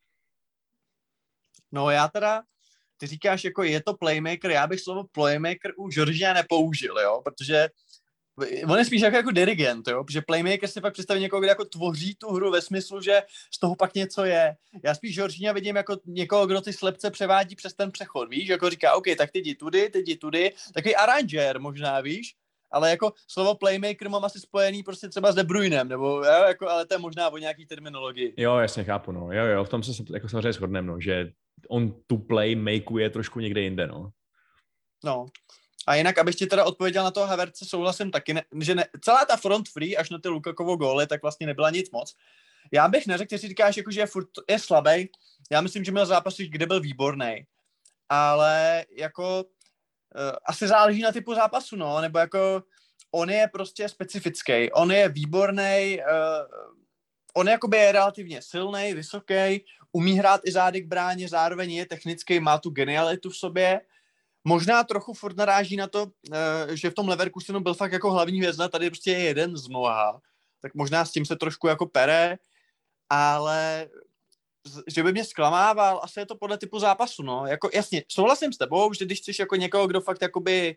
No já teda, ty říkáš, jako je to playmaker, já bych slovo playmaker u Jorginha nepoužil, jo, protože on je spíš jako, jako dirigent, jo, protože playmaker si pak představí někoho, kdo jako tvoří tu hru ve smyslu, že z toho pak něco je. Já spíš Jorginha vidím jako někoho, kdo ty slepce převádí přes ten přechod, víš, jako říká, OK, tak ty jdi tudy, ty jdi tudy, takový aranžér možná, víš, ale jako slovo playmaker mám asi spojený prostě třeba s De Bruynem, nebo jo, jako, ale to je možná o nějaký terminologii. Jo, jasně chápu, no, jo, jo, v tom se jako samozřejmě shodneme, no, že on tu play makeuje trošku někde jinde, no. No. A jinak, abych ti teda odpověděl na toho Havertze, souhlasím taky, ne, že ne, celá ta front free až na ty Lukakovo góly, tak vlastně nebyla nic moc. Já bych neřekl, ty si říkáš, jako, že je, furt, je slabý. Já myslím, že měl zápasy, kde byl výborný. Ale jako uh, asi záleží na typu zápasu, no, nebo jako on je prostě specifický. On je výborný, uh, on jakoby je relativně silný, vysoký, umí hrát i zády k bráně, zároveň je technický, má tu genialitu v sobě. Možná trochu furt naráží na to, že v tom Leverkusenu byl fakt jako hlavní hvězda, tady prostě je jeden z mnoha, tak možná s tím se trošku jako pere, ale že by mě zklamával, asi je to podle typu zápasu, no, jako jasně, souhlasím s tebou, že když chceš jako někoho, kdo fakt jakoby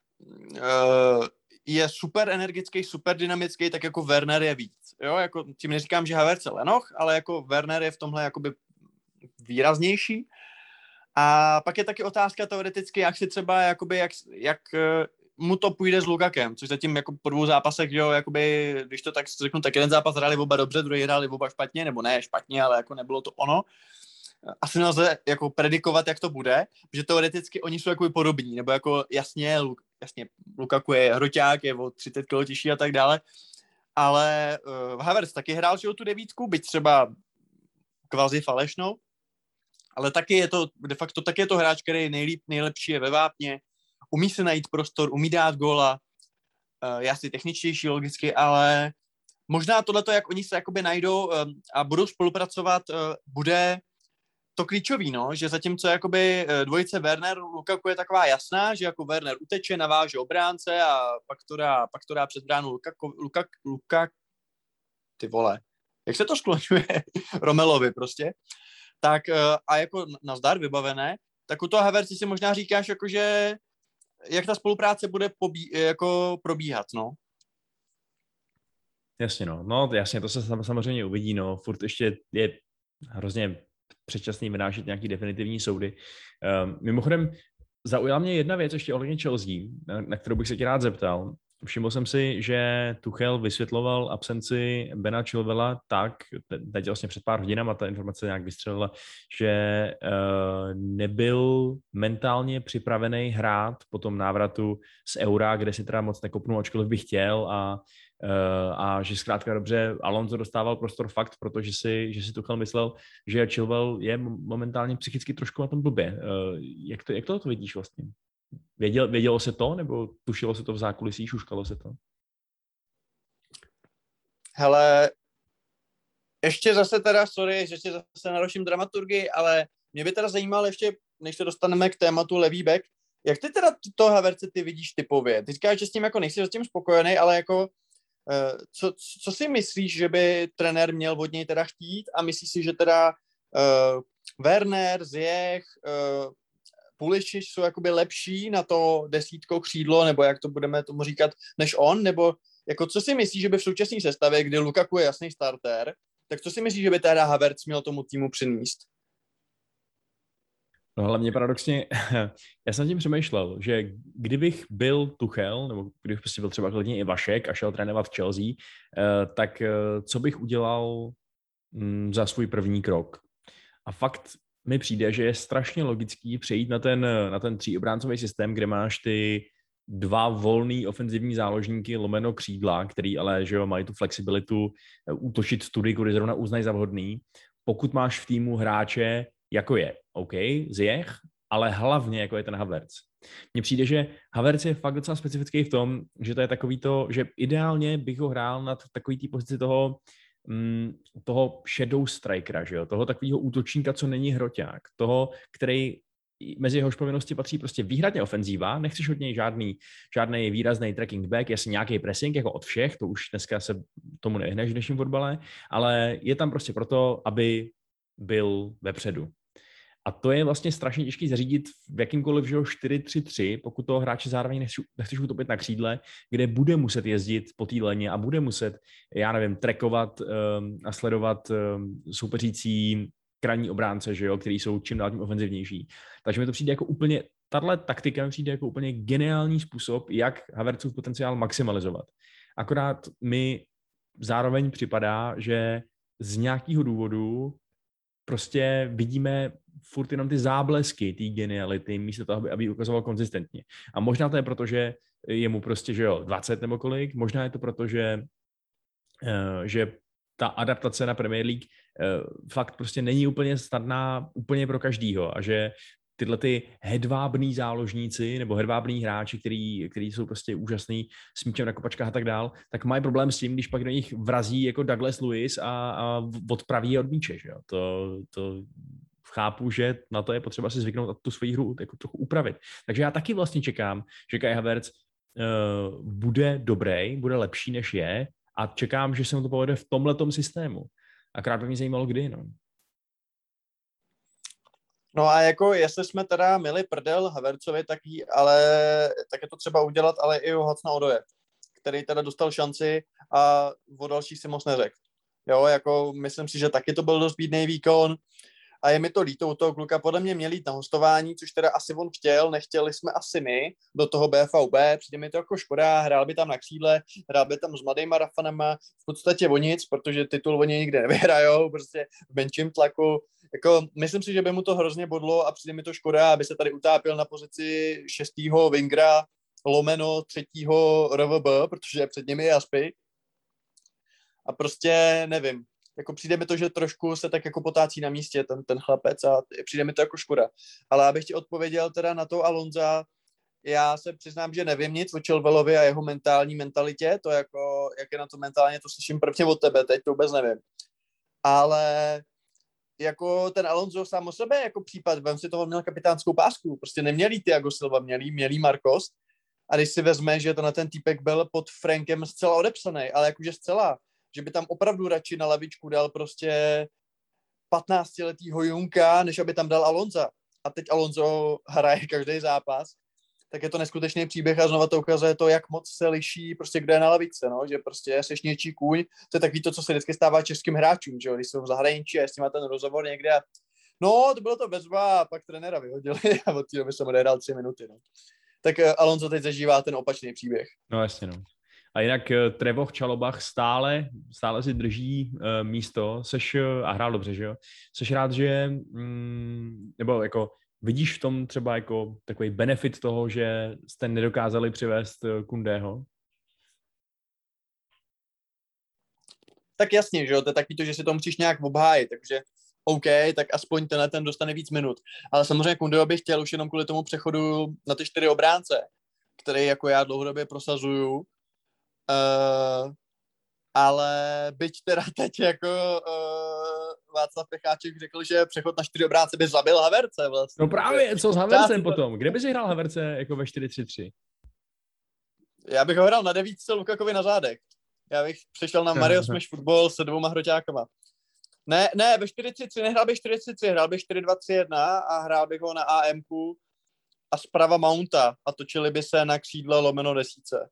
uh, je super energický, super dynamický, tak jako Werner je víc, jo, jako tím neříkám, že Havertz je lenoch, ale jako Werner je v tomhle jakoby výraznější. A pak je taky otázka teoreticky, jak si třeba, jakoby, jak, jak mu to půjde s Lukakem, což zatím jako po dvou zápasech, jo, jakoby, když to tak řeknu, tak jeden zápas hráli oba dobře, druhý hráli oba špatně, nebo ne špatně, ale jako nebylo to ono. Asi nelze jako predikovat, jak to bude, protože teoreticky oni jsou jako podobní, nebo jako jasně, jasně Lukaku je hroťák, je o třicet kilogramů těžší a tak dále, ale uh, Havertz taky hrál že tu devítku, byť třeba kvazi falešnou, ale taky je to, de facto taky je to hráč, který nejlíp, nejlepší je ve vápně, umí se najít prostor, umí dát góla, uh, je asi techničtější logicky, ale možná tohleto, jak oni se jakoby najdou um, a budou spolupracovat, uh, bude to klíčový, no, že zatímco jakoby dvojice Werner Lukaku je taková jasná, že jako Werner uteče, naváže obránce a pak to dá, pak to dá před bránu Lukaku, Lukak, Lukak, ty vole, jak se to skloňuje Romelovi prostě, tak a jako nazdar vybavené, tak u toho Havertze si možná říkáš, jako, že jak ta spolupráce bude pobí, jako probíhat, no. Jasně, no. No, jasně, to se samozřejmě uvidí, no. Furt ještě je hrozně předčasný vynášet nějaký definitivní soudy. Um, mimochodem, zaujala mě jedna věc ještě ohledně Chelsea, na, na kterou bych se tě rád zeptal. Všiml jsem si, že Tuchel vysvětloval absenci Bena Chilwella tak, teď vlastně před pár hodinama ta informace nějak vystřelila, že uh, nebyl mentálně připravený hrát po tom návratu z Eura, kde si teda moc nekopnul, ačkoliv by chtěl a, uh, a že zkrátka dobře Alonso dostával prostor fakt, protože si, že si Tuchel myslel, že Chilwell je momentálně psychicky trošku na tom blbě. Uh, jak, to, jak to, to vidíš vlastně? Věděl, vědělo se to, nebo tušilo se to v zákulisí, šuškalo se to? Hele, ještě zase teda, sorry, že ještě zase naruším dramaturgii, ale mě by teda zajímalo ještě, než se dostaneme k tématu levý back, jak ty teda to Havertze ty vidíš typově? Ty říkáš, že s tím jako nejsi s tím spokojený, ale jako uh, co, co si myslíš, že by trenér měl od něj teda chtít a myslíš si, že teda uh, Werner, Ziyech, uh, Pulisic jsou jakoby lepší na to desítko křídlo, nebo jak to budeme tomu říkat, než on, nebo jako co si myslíš, že by v současné sestavě, kdy Lukaku je jasný starter, tak co si myslíš, že by teda Havertz měl tomu týmu přinést? No hlavně paradoxně, já jsem tím přemýšlel, že kdybych byl Tuchel, nebo kdybych prostě byl třeba klidně i Vašek a šel trénovat v Chelsea, tak co bych udělal za svůj první krok? A fakt mi přijde, že je strašně logický přejít na ten, na ten tříobráncový systém, kde máš ty dva volný ofenzivní záložníky lomeno křídla, který ale že jo, mají tu flexibilitu útočit tudy, kudy zrovna uznají za vhodný. Pokud máš v týmu hráče, jako je, OK, Ziyech, ale hlavně jako je ten Havertz. Mně přijde, že Havertz je fakt docela specifický v tom, že to je takový to, že ideálně bych ho hrál na takový té pozici toho toho shadow strikera, že jo? Toho takového útočníka, co není hroťák, toho, který mezi jehož povinnosti patří prostě výhradně ofenzíva, nechceš od něj žádný, žádný výrazný tracking back, jasně nějaký pressing, jako od všech, to už dneska se tomu nevyhneš v dnešním fotbale, ale je tam prostě proto, aby byl vepředu. A to je vlastně strašně těžký zařídit v jakýmkoliv že čtyři tři tři, pokud toho hráče zároveň nechceš, nechceš utopit na křídle, kde bude muset jezdit po té leně a bude muset, já nevím, trackovat um, a sledovat um, soupeřící krajní obránce, že jo, který jsou čím dál tím ofenzivnější. Takže mi to přijde jako úplně, tahle taktika mi přijde jako úplně geniální způsob, jak Havertzův potenciál maximalizovat. Akorát mi zároveň připadá, že z nějakého důvodu prostě vidíme furt jenom ty záblesky té geniality, místo toho, aby, aby ukazoval konzistentně. A možná to je proto, že je mu prostě, že jo, dvacet nebo kolik, možná je to proto, že, uh, že ta adaptace na Premier League uh, fakt prostě není úplně snadná úplně pro každýho a že tyhle ty hedvábný záložníci nebo hedvábný hráči, který, který jsou prostě úžasný s míčem na kopačkách a tak dál, tak mají problém s tím, když pak do nich vrazí jako Douglas Lewis a, a odpraví je od míče. Že jo? To, to chápu, že na to je potřeba si zvyknout a tu svoji hru jako trochu upravit. Takže já taky vlastně čekám, že Kai Havertz uh, bude dobrý, bude lepší, než je a čekám, že se mu to povede v tomhletom systému. Akorát by mě zajímalo, kdy. No. No a jako jestli jsme teda měli prdel Havertzovi, tak jí, ale tak je to třeba udělat, ale i u Hacna Odoje, který teda dostal šanci a o další si moc neřekl. Jo, jako myslím si, že taky to byl dost bídnej výkon a je mi to líto u toho kluka, podle mě měl jít na hostování, což teda asi on chtěl, nechtěli jsme asi my do toho B V B, přijde mi to jako škoda, hrál by tam na křídle, hrál by tam s mladýma Rafanama, v podstatě o nic, protože titul oni nikde nevyhrajou, prostě v menším tlaku. Jako, myslím si, že by mu to hrozně bodlo a přijde mi to škoda, aby se tady utápil na pozici šestýho wingra lomeno třetího R V B, protože před nimi je Aspy. A prostě nevím, jako přijde mi to, že trošku se tak jako potácí na místě ten, ten chlapec a přijde mi to jako škoda. Ale abych ti odpověděl teda na to Alonza, já se přiznám, že nevím nic o Chilwellovi a jeho mentální mentalitě, to jako, jak je na to mentálně, to slyším prvně od tebe, teď to vůbec nevím. Ale jako ten Alonso sám o sebe jako případ, vem si toho, měl kapitánskou pásku, prostě neměli Thiago Silva, měli, měli Marcos a když si vezme, že to na ten týpek byl pod Frankem zcela odepsaný, ale jakože zcela, že by tam opravdu radši na lavičku dal prostě patnáctiletýho Junka, než aby tam dal Alonza. A teď Alonso hraje každý zápas, tak je to neskutečný příběh a znova to ukazuje to, jak moc se liší, prostě kdo je na lavičce, no? Že prostě seš něčí kůň, to je takový to, co se vždycky stává českým hráčům, že jo? Když jsou v zahraničí a jestli má ten rozhovor někde a no, to bylo to bezva a pak trenéra vyhodili a od té doby jsem odehrál tři minuty, no. tak Alonso teď zažívá ten opačný příběh. No jasně, no. A jinak uh, Trevoh Chalobah stále, stále si drží uh, místo, seš, uh, a hrál dobře, že jo? Seš rád, že, mm, nebo jako vidíš v tom třeba jako takový benefit toho, že jste nedokázali přivést uh, Kundého? Tak jasně, že jo, to je taky to, že si to musíš nějak obhájit, takže OK, tak aspoň tenhle ten dostane víc minut. Ale samozřejmě Kundeho bych chtěl už jenom kvůli tomu přechodu na ty čtyři obránce, který jako já dlouhodobě prosazuju. Uh, ale byť teda teď jako uh, Václav Pecháček řekl, že přechod na čtyři obránce by zabil Havertze vlastně. No právě, co s Havertzem potom? Kde by si hrál Havertze jako ve čtyři tři tři? Já bych ho hrál na devítce Lukakovi na zádech. Já bych přišel na Mario Smash Football se dvouma hroťákama. Ne, ne, ve čtyři tři tři nehrál bych čtyři tři tři, hrál bych čtyři dva tři jedna a hrál bych ho na AMku a zprava Mounta a točili by se na křídle lomeno desíce.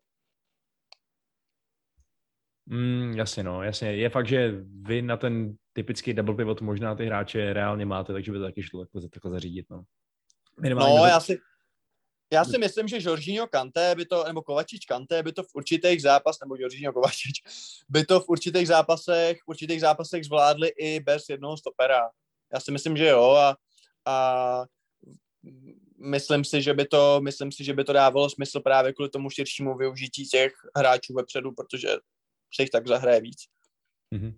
Mm, jasně, no, jasně. Je fakt, že vy na ten typický double pivot možná ty hráče reálně máte, takže by to taky šlo takhle, takhle zařídit, no. Minimálně no, já si, já si myslím, že Jorginho Kanté by to, nebo Kovačič Kanté by to v určitých zápasech, nebo Jorginho Kovačič, by to v určitých zápasech, v určitých zápasech zvládli i bez jednoho stopera. Já si myslím, že jo a, a myslím si, že by to, myslím si, že by to dávalo smysl právě kvůli tomu širšímu využití těch hráčů vepředu, protože se jich tak zahraje víc. Mm-hmm.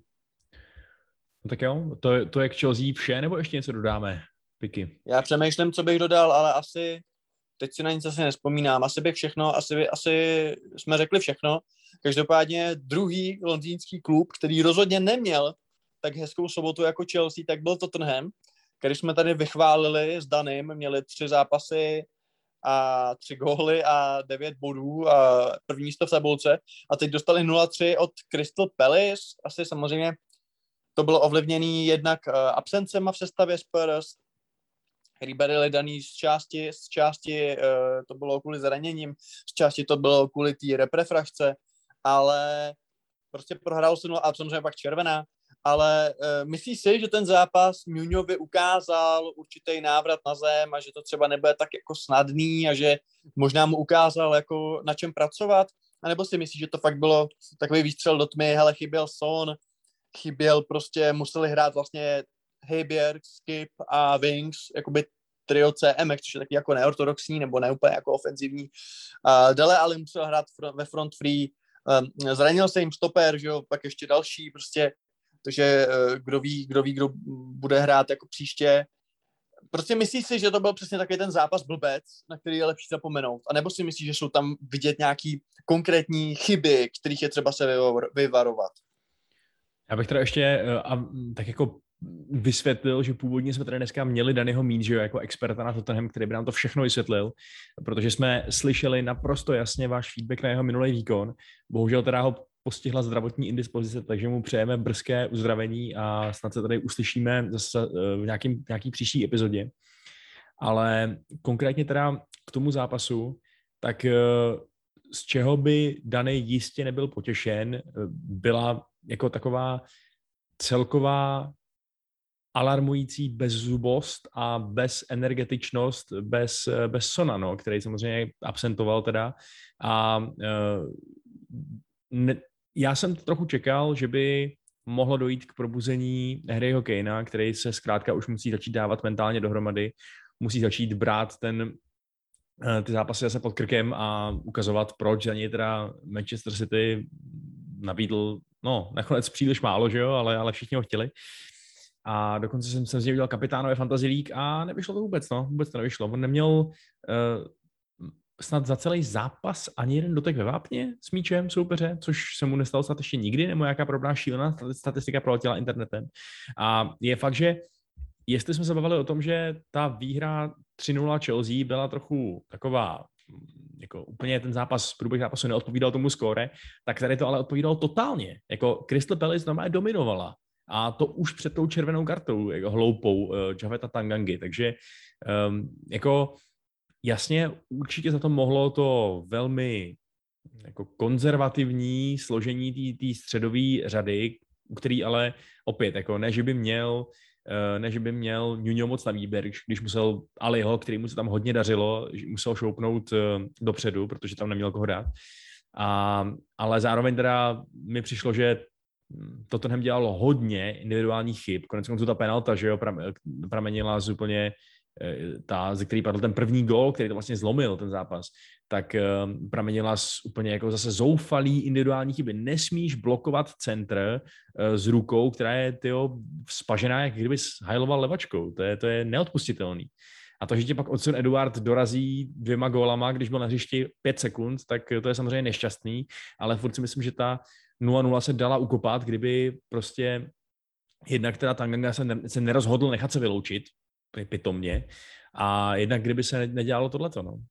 No tak jo, to, to je k Chelsea vše, nebo ještě něco dodáme, Piky? Já přemýšlím, co bych dodal, ale asi teď si na nic asi nespomínám. Asi bych všechno, asi, asi jsme řekli všechno. Každopádně druhý londýnský klub, který rozhodně neměl tak hezkou sobotu jako Chelsea, tak byl Tottenham, který jsme tady vychválili s Danem, měli tři zápasy a tři góly a devět bodů a první místo v tabulce a teď dostali nula tři od Crystal Palace. Asi samozřejmě to bylo ovlivněné jednak absencema v sestavě Spurs, který byly daný z části, z části to bylo kvůli zraněním, z části to bylo kvůli té reprefrašce, ale prostě prohrál se nula a samozřejmě pak červená. Ale uh, myslíš si, že ten zápas Nuňovi ukázal určitý návrat na zem a že to třeba nebude tak jako snadný a že možná mu ukázal, jako na čem pracovat? A nebo si myslíš, že to fakt bylo takový výstřel do tmy, hele, chyběl Son, chyběl prostě, museli hrát vlastně Højbjerg, Skip a Wings, jakoby trio C M, což je taky jako neortodoxní nebo neúplně jako ofenzivní. Uh, Dele ale musel hrát fr- ve front free, um, zranil se jim stoper, že jo, pak ještě další, prostě takže kdo ví, kdo ví, kdo bude hrát jako příště. Prostě myslíš si, že to byl přesně takový ten zápas blbec, na který je lepší zapomenout? A nebo si myslíš, že jsou tam vidět nějaký konkrétní chyby, kterých je třeba se vyvarovat? Já bych teda ještě a, tak jako vysvětlil, že původně jsme tady dneska měli Danyho mít, že jo, jako experta na Tottenham, který by nám to všechno vysvětlil, protože jsme slyšeli naprosto jasně váš feedback na jeho minulý výkon. Bohužel teda ho postihla zdravotní indispozice, takže mu přejeme brzké uzdravení a snad se tady uslyšíme zase v nějakým, nějaký příští epizodě. Ale konkrétně teda k tomu zápasu, tak z čeho by Dany jistě nebyl potěšen, byla jako taková celková alarmující bezzubost a bezenergetičnost bez, bez Sona, no, který samozřejmě absentoval teda. A ne, já jsem trochu čekal, že by mohlo dojít k probuzení Harryho Kanea, který se zkrátka už musí začít dávat mentálně dohromady, musí začít brát ten, ty zápasy zase pod krkem a ukazovat, proč za něj teda Manchester City nabídl, no, nakonec příliš málo, že jo, ale, ale všichni ho chtěli. A dokonce jsem se z něj udělal kapitánové Fantasy League a nevyšlo to vůbec, no, vůbec to nevyšlo. On neměl uh, snad za celý zápas ani jeden dotek ve vápně s míčem soupeře, což se mu nestalo snad ještě nikdy, nebo nějaká podobná šílená statistika proletěla internetem. A je fakt, že jestli jsme se bavili o tom, že ta výhra tři nula Chelsea byla trochu taková, jako úplně ten zápas, průběh zápasu neodpovídal tomu skóre, tak tady to ale odpovídalo totálně. Jako Crystal Palace normálně dominovala. A to už před tou červenou kartou, jako hloupou uh, Javeta Tangangy. Takže um, jako jasně, určitě za to mohlo to velmi jako konzervativní složení té středové řady, u který ale opět, jako ne, že by měl než by měl Nuno moc na výběr, když musel Aliho, který mu se tam hodně dařilo, musel šoupnout dopředu, protože tam neměl koho dát. A, ale zároveň teda mi přišlo, že Tottenham dělalo hodně individuálních chyb. Konec konců ta penalta, že jo, pramenila z úplně ta, ze který padl ten první gól, který to vlastně zlomil, ten zápas, tak uh, pramenila z úplně jako zase zoufalý individuální chyby. Nesmíš blokovat centr uh, s rukou, která je tyjo, spažená, jak kdyby hajloval levačkou. To je, to je neodpustitelný. A to, že tě pak Odson Eduard dorazí dvěma gólama, když byl na hřišti pět sekund, tak to je samozřejmě nešťastný, ale furt si myslím, že ta nula nula se dala ukopat, kdyby prostě jednak teda Tanganga se, ne, se nerozhodl nechat se vyloučit, pitomně, a jednak kdyby se nedělalo tohleto, no.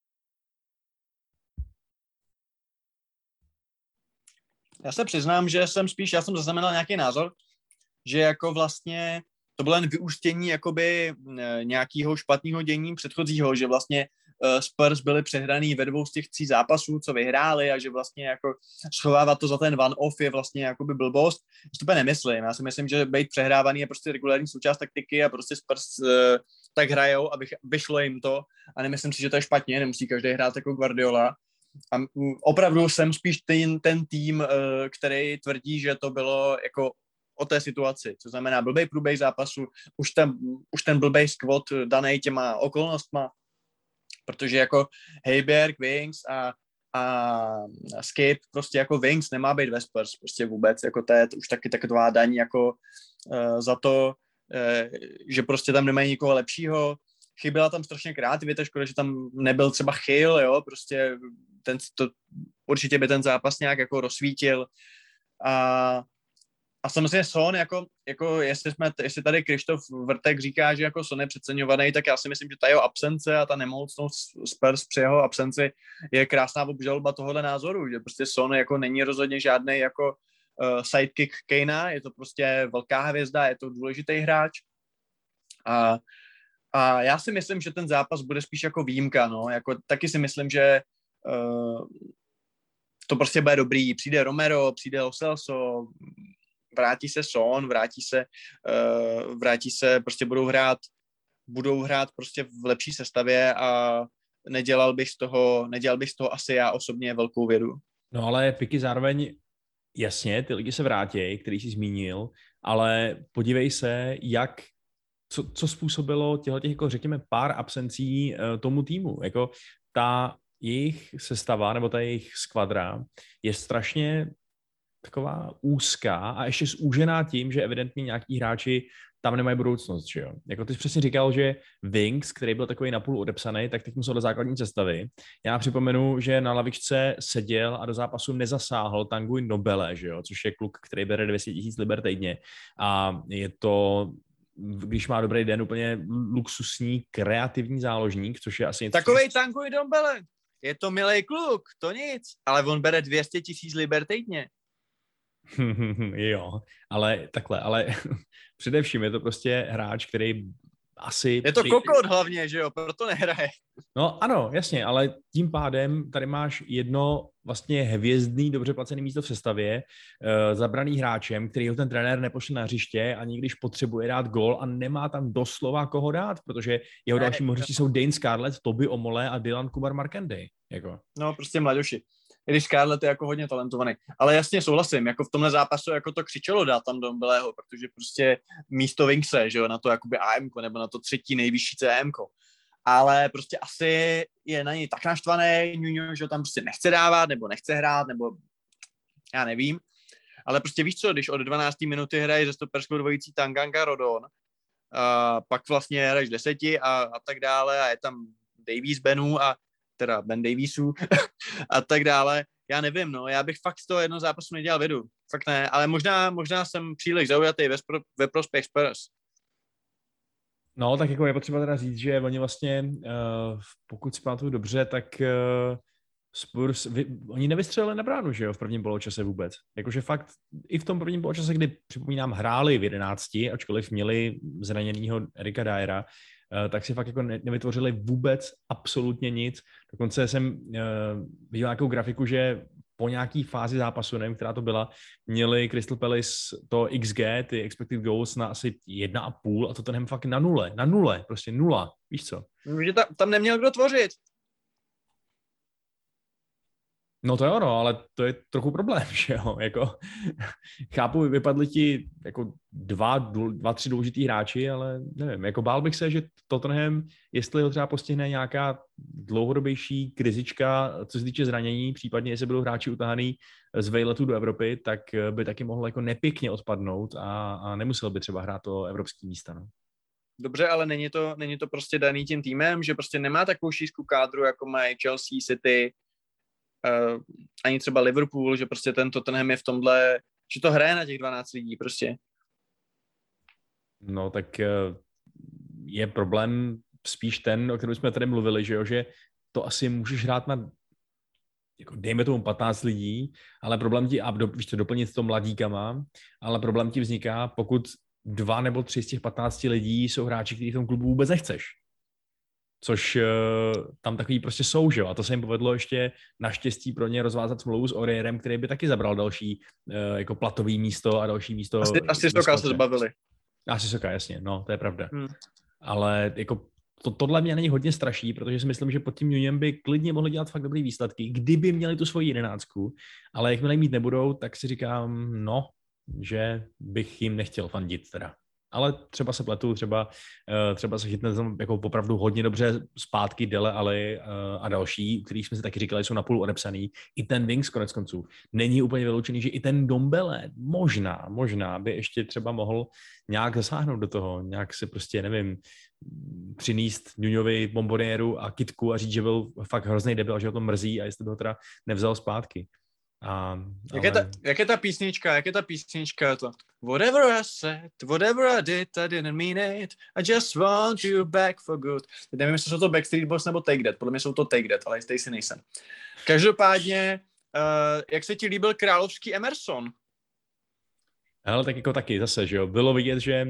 Já se přiznám, že jsem spíš, já jsem zaznamenal nějaký názor, že jako vlastně to bylo jen vyústění jakoby nějakého špatného dění předchozího, že vlastně Spurs byli přehraný ve dvou z těch tří zápasů, co vyhráli, a že vlastně jako schovávat to za ten one-off je vlastně jakoby blbost. Já to úplně nemyslím. Já si myslím, že být přehrávaný je prostě regulární součást taktiky a prostě Spurs uh, tak hrajou, aby vyšlo jim to, a nemyslím si, že to je špatně, nemusí každý hrát jako Guardiola. A opravdu jsem spíš ten, ten tým, uh, který tvrdí, že to bylo jako o té situaci, co znamená blbej průběh zápasu, už ten, už ten blbej squad danej těma okolnostma, protože jako Heiberg, Winks a, a Skip, prostě jako Winks nemá být ve Spurs, prostě vůbec, jako to je už taky taková daň jako uh, za to, uh, že prostě tam nemají nikoho lepšího. Chyběla tam strašně kreativita, škoda, že tam nebyl třeba Chyl, jo, prostě ten, to, určitě by ten zápas nějak jako rozsvítil. A A samozřejmě Son, jako, jako jestli, jsme, jestli tady Krištof Vrtek říká, že jako Son je přeceňovaný, tak já si myslím, že ta jeho absence a ta nemohoucnost Spurs při jeho absenci je krásná obžaloba tohohle názoru, že prostě Son jako není rozhodně žádný jako uh, sidekick Kanea, je to prostě velká hvězda, je to důležitý hráč. A, a já si myslím, že ten zápas bude spíš jako výjimka, no, jako taky si myslím, že uh, to prostě bude dobrý. Přijde Romero, přijde Lo Celso, vrátí se Son, vrátí se, uh, vrátí se, prostě budou hrát, budou hrát prostě v lepší sestavě a nedělal bych z toho, nedělal bych z toho asi já osobně velkou vědu. No ale Piky zároveň, jasně, ty lidi se vrátí, který jsi zmínil, ale podívej se, jak, co, co způsobilo těchto, jako řekněme, pár absencí uh, tomu týmu. Jako ta jejich sestava, nebo ta jejich skvadra je strašně taková úzká a ještě zúžená tím, že evidentně nějaký hráči tam nemají budoucnost, že jo. Jako ty jsi přesně říkal, že Winks, který byl takový napůl odepsaný, tak teď musel do základní sestavy. Já připomenu, že na lavičce seděl a do zápasu nezasáhl Tanguy Nobele, že jo, což je kluk, který bere dvě stě tisíc liber týdně. A je to, když má dobrý den, úplně luxusní, kreativní záložník, což je asi něco... Takovej Tanguy Nobele, je to milej kluk, to nic, ale on bere dvě stě tisíc liber týdně. Jo, ale takhle, ale především je to prostě hráč, který asi... Je to kokot hlavně, že jo, proto nehraje. No ano, jasně, ale tím pádem tady máš jedno vlastně hvězdný, dobře placený místo v sestavě, uh, zabraný hráčem, který ho ten trenér nepošle na hřiště, ani když potřebuje dát gól a nemá tam doslova koho dát, protože jeho ne, dalšímu hřišti jsou Dane Scarlett, Toby Omole a Dylan Kumar Markandy. Jako. No, prostě mladoši. I když Scarlett je jako hodně talentovaný. Ale jasně souhlasím, jako v tomhle zápasu jako to křičelo dát tam Dombeleho, protože prostě místo Winkse, že jo, na to jakoby á emko, nebo na to třetí nejvyšší cé emko. Ale prostě asi je na něj tak naštvaný, Nuno, že ho tam prostě nechce dávat, nebo nechce hrát, nebo já nevím. Ale prostě víš co, když od dvanácté minuty hraje ze stoperskou dvojicí Tanganga Rodon, a pak vlastně hraješ deseti a, a tak dále a je tam Davies Benu a teda Ben Daviesů a tak dále. Já nevím, no, já bych fakt z toho jednoho zápasu nedělal vědu. Fakt ne, ale možná, možná jsem příliš zaujatý ve, spro, ve prospěch Spurs. No, tak jako je potřeba teda říct, že oni vlastně, uh, pokud si pamatuju dobře, tak uh, Spurs, vy, oni nevystřelili na bránu, že jo, v prvním poločase vůbec. Jakože fakt i v tom prvním poločase, kdy, připomínám, hráli v jedenácti, ačkoliv měli zraněnýho Erika Dyera, Uh, tak si fakt jako ne- nevytvořili vůbec absolutně nic. Dokonce jsem uh, viděl nějakou grafiku, že po nějaký fázi zápasu, nevím, která to byla, měli Crystal Palace to X G, ty expected goals na asi jedna a půl a to ten fakt na nule, na nule, prostě nula, víš co? Že tam, tam neměl kdo tvořit. No to jo, no, ale to je trochu problém, že jo, jako chápu, vypadli ti jako dva, dva, tři důležitý hráči, ale nevím, jako bál bych se, že Tottenham, jestli ho třeba postihne nějaká dlouhodobější krizička, co se týče zranění, případně jestli budou hráči utahaný z vejletu do Evropy, tak by taky mohl jako nepěkně odpadnout a, a nemusel by třeba hrát to evropský místa, no. Dobře, ale není to, není to prostě daný tím týmem, že prostě nemá takovou šířku kádru, jako mají Chelsea, City, Uh, ani třeba Liverpool, že prostě ten Tottenham je v tomhle, že to hraje na těch dvanáct lidí prostě. No tak je problém spíš ten, o kterém jsme tady mluvili, že jo, že to asi můžeš hrát na jako dejme tomu patnáct lidí, ale problém ti, a do, víš to, doplnit to mladíkama, ale problém ti vzniká, pokud dva nebo tři z těch patnácti lidí jsou hráči, kteří v tom klubu vůbec nechceš. Což uh, tam takový prostě jsou, že jo? A to se jim povedlo ještě naštěstí pro ně rozvázat smlouvu s Aurierem, který by taky zabral další uh, jako platový místo a další místo. Asi, asi Soka se zbavili. Asi Soka, jasně, no, to je pravda. Hmm. Ale jako to, tohle mě není hodně straší, protože si myslím, že pod tím Nunem by klidně mohli dělat fakt dobrý výsledky, kdyby měli tu svoji jedenáctku, ale jakmile mít nebudou, tak si říkám, no, že bych jim nechtěl fandit teda. Ale třeba se pletu, třeba, třeba se chytne tam jako opravdu hodně dobře zpátky Dele Alli a další, kterých jsme si taky říkali, jsou napůl odepsaný. I ten Wings konec konců. Není úplně vyloučený, že i ten Dombele možná, možná by ještě třeba mohl nějak zasáhnout do toho, nějak se prostě, nevím, přinést Nuňovi Bomboniéru a kitku a říct, že byl fakt hrozný debil, že ho to mrzí a jestli by ho teda nevzal zpátky. A, jak, ale... je ta, jak je ta písnička, jak je ta písnička to? Whatever I said, whatever I did, I didn't mean it, I just want you back for good. Teď nevím, jestli jsou to Backstreet Boys nebo Take That, podle mě jsou to Take That, ale jistý si nejsem. Každopádně, uh, jak se ti líbil královský Emerson? Ale tak jako taky zase, že jo, bylo vidět, že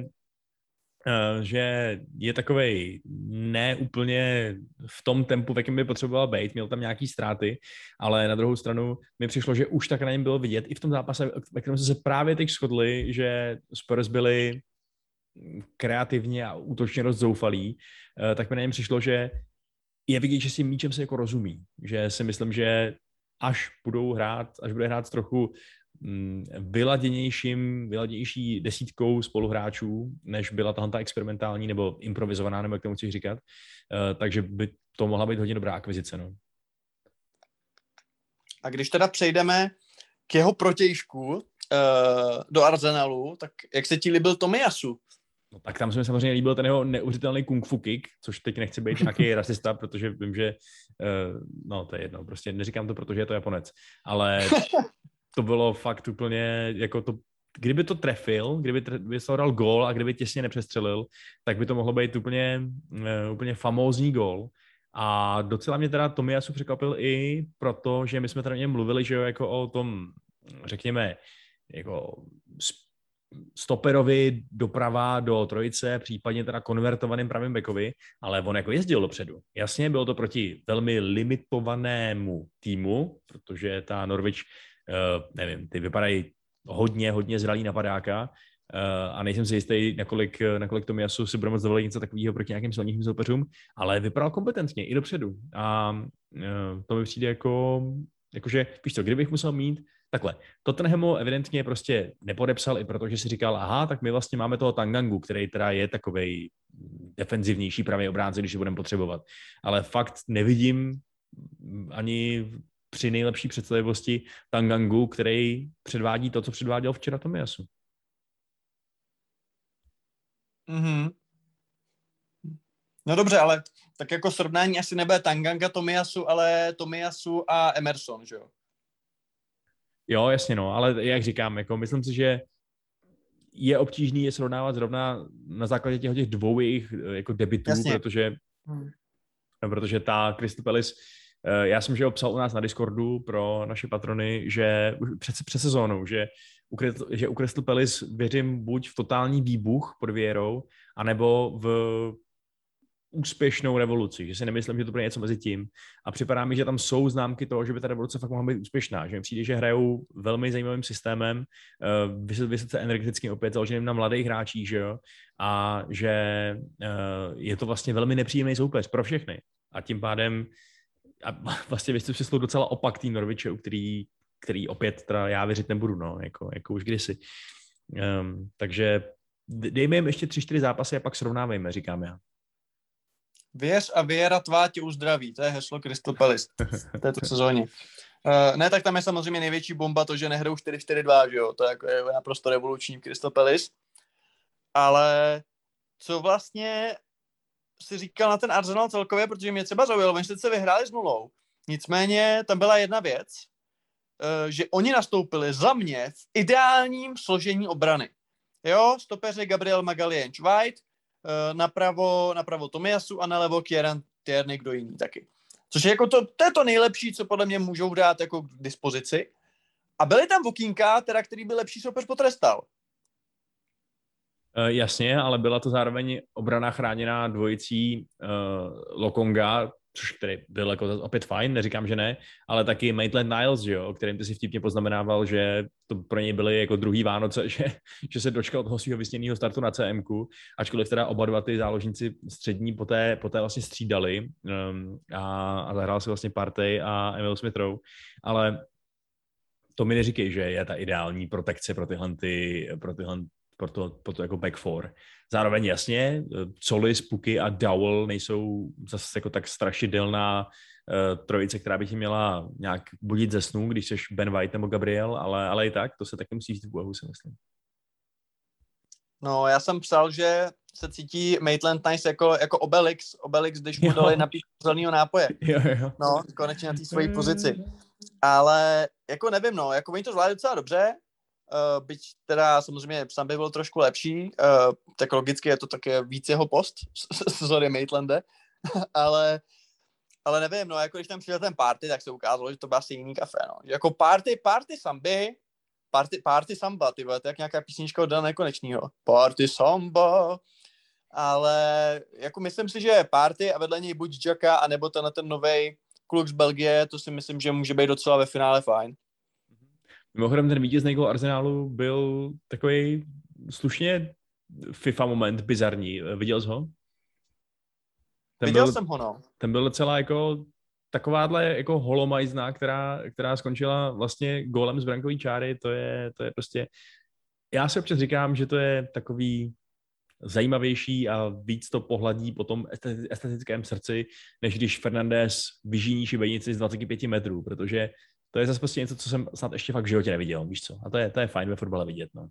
že je takovej ne úplně v tom tempu, v jakém by potřeboval být, měl tam nějaký ztráty, ale na druhou stranu mi přišlo, že už tak na něm bylo vidět i v tom zápase, ve kterém se právě teď shodli, že Spurs byli kreativně a útočně dost zoufalí, tak mi na něm přišlo, že je vidět, že si míčem se jako rozumí, že si myslím, že až budou hrát, až bude hrát trochu vyladěnějším, vyladěnější desítkou spoluhráčů, než byla tahle ta experimentální nebo improvizovaná, nebo jak tomu chci říkat. Uh, takže by to mohla být hodně dobrá akvizice. No. A když teda přejdeme k jeho protějšku uh, do Arsenalu, tak jak se ti líbil Tomiyasu? No, tak tam se mi samozřejmě líbil ten jeho neuvěřitelný kung fu kick, což teď nechci být nějaký rasista, protože vím, že uh, no to je jedno, prostě neříkám to, protože je to Japonec, ale to bylo fakt úplně, jako to, kdyby to trefil, kdyby, tre, kdyby se dal gól a kdyby těsně nepřestřelil, tak by to mohlo být úplně, uh, úplně famózní gól. A docela mě teda Tomiyasu překvapil i proto, že my jsme tady o něm mluvili, že jo, jako o tom, řekněme, jako stoperovi doprava do trojice, případně teda konvertovaným pravým backovi, ale on jako jezdil dopředu. Jasně, bylo to proti velmi limitovanému týmu, protože ta Norwich, uh, nevím, ty vypadají hodně, hodně zralý napadáka uh, a nejsem si jistý, nakolik, nakolik Tomiyasu si bude moct dovolit něco takového proti nějakým silným soupeřům, ale vypadal kompetentně i dopředu. A uh, to mi přijde jako, jakože, víš co, kdybych musel mít takhle, Tottenhamu evidentně prostě nepodepsal i protože si říkal, aha, tak my vlastně máme toho Tangangu, který teda je takovej defenzivnější pravý obránce, když je budeme potřebovat. Ale fakt nevidím ani při nejlepší představivosti Tangangu, který předvádí to, co předváděl včera Tomiyasu. Mm-hmm. No dobře, ale tak jako srovnání asi nebude Tanganga Tomiyasu, ale Tomiyasu a Emerson, že jo? Jo, jasně, no, ale jak říkám, jako myslím si, že je obtížný je srovnávat zrovna na základě těch, těch dvou jejich jako debitů, jasně. protože hmm. protože ta Crystal Palace, já jsem že obsal u nás na Discordu pro naše patrony, že před, před sezónou, že u, že u Crystal Palace věřím buď v totální výbuch pod Vieirou, anebo v úspěšnou revoluci, že si nemyslím, že to bude něco mezi tím a připadá mi, že tam jsou známky toho, že by ta revoluce fakt mohla být úspěšná, že mi přijde, že hrajou velmi zajímavým systémem, uh, vysoce energetickým opět založeným na mladých hráčích, že jo, a že uh, je to vlastně velmi nepříjemný soupeř pro všechny a tím pádem a vlastně vy jste přišli docela opak tým Norwiche, který, který opět teda já věřit nebudu, no, jako, jako už kdysi. Um, takže dejme jim ještě tři, čtyři zápasy a pak srovnávejme, říkám já. Věř a věra tvá tě uzdraví, to je heslo Crystal Palace v této sezóně. Uh, ne, tak tam je samozřejmě největší bomba to, že nehrajou čtyři čtyři dva, že jo, to je, jako je naprosto revoluční v Crystal Palace. Ale co vlastně si říkal na ten Arsenal celkově, protože mě třeba zaujalo, oni se vyhráli s nulou. Nicméně tam byla jedna věc, uh, že oni nastoupili za mě v ideálním složení obrany. Jo, stopeře Gabriel Magalhães White, napravo, napravo Tomiasu a nalevo Kieran Tierney, kdo jiný taky. Což je jako to, to je to nejlepší, co podle mě můžou dát jako k dispozici. A byly tam okýnka, teda, který by lepší soupeř potrestal. Uh, jasně, ale byla to zároveň obrana chráněná dvojicí uh, Lokonga, což který byl jako opět fajn, neříkám, že ne, ale taky Maitland Niles, že jo, o kterém ty si vtipně poznamenával, že to pro něj byly jako druhý Vánoce, že, že se dočkal toho svého vysněného startu na C M ku, ačkoliv teda oba dva ty záložníci střední poté, poté vlastně střídali um, a, a zahrál si vlastně Partey a Emil Smith Rowe, ale to mi neříkej, že je ta ideální protekce pro tyhle ty, pro tyhle pro to, pro to jako back four. Zároveň jasně, Solis, Pukki a Dowell nejsou zase jako tak strašidelná uh, trojice, která by ti měla nějak budit ze snu, když jsi Ben White nebo Gabriel, ale, ale i tak, to se taky musí vzít v úvahu, si myslím. No, já jsem psal, že se cítí Maitland Niles jako, jako Obelix, Obelix, když mu dali napít zeleného nápoje. Jo, jo. No, konečně na té svojí pozici. Ale jako nevím, no, jako oni to zvládli docela dobře, Uh, byť teda samozřejmě sám by byl trošku lepší, uh, tak logicky je to také víc jeho post, sorry Maitlande, ale, ale nevím, no, jako když tam přišel ten Party, tak se ukázalo, že to byl asi jiný kafe, no. Jako Party, Party Samby, Party, party Samba, ty vole, to je jak nějaká písnička od Dana Nekonečnýho. Party Samba, ale jako myslím si, že Party a vedle něj buď Xhaka, anebo ten, ten novej kluk z Belgie, to si myslím, že může být docela ve finále fajn. Mimochodem ten vítězný gól Arsenalu byl takový slušně FIFA moment, bizarní. Viděl jsi ho? Ten Viděl byl, jsem ho, no. Ten byl docela jako takováhle jako holomajzna, která, která skončila vlastně gólem z brankový čáry, to je, to je prostě... Já si občas říkám, že to je takový zajímavější a víc to pohladí po tom estetickém srdci, než když Fernandes vyžíní šibenici z dvacet pět metrů, protože to je zase prostě něco, co jsem snad ještě fakt v životě neviděl, víš co? A to je, to je fajn ve fotbale vidět, no.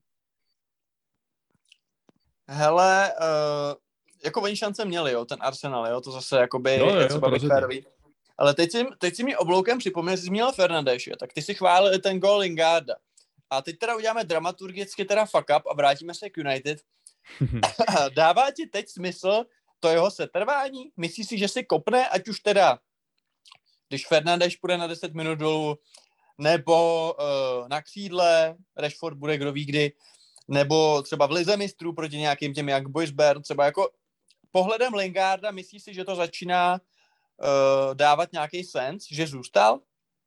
Hele, uh, jako oni šance měli, jo, ten Arsenal, jo, to zase jakoby jo, jo, je třeba férový. Ale teď si, teď si mi obloukem připomněl, že jsi zmínil Fernandeše, tak ty si chválil ten gól Lingarda. A teď teda uděláme dramaturgicky teda fuck up a vrátíme se k United. Dává ti teď smysl to jeho setrvání? Myslíš si, že si kopne, ať už teda, když Fernandes půjde na deset minut dolů, nebo uh, na křídle, Rashford bude kdo ví kdy, nebo třeba v lize mistrů proti nějakým těm jak Boys Bern, třeba jako pohledem Lingarda, myslíš si, že to začíná uh, dávat nějaký sens, že zůstal?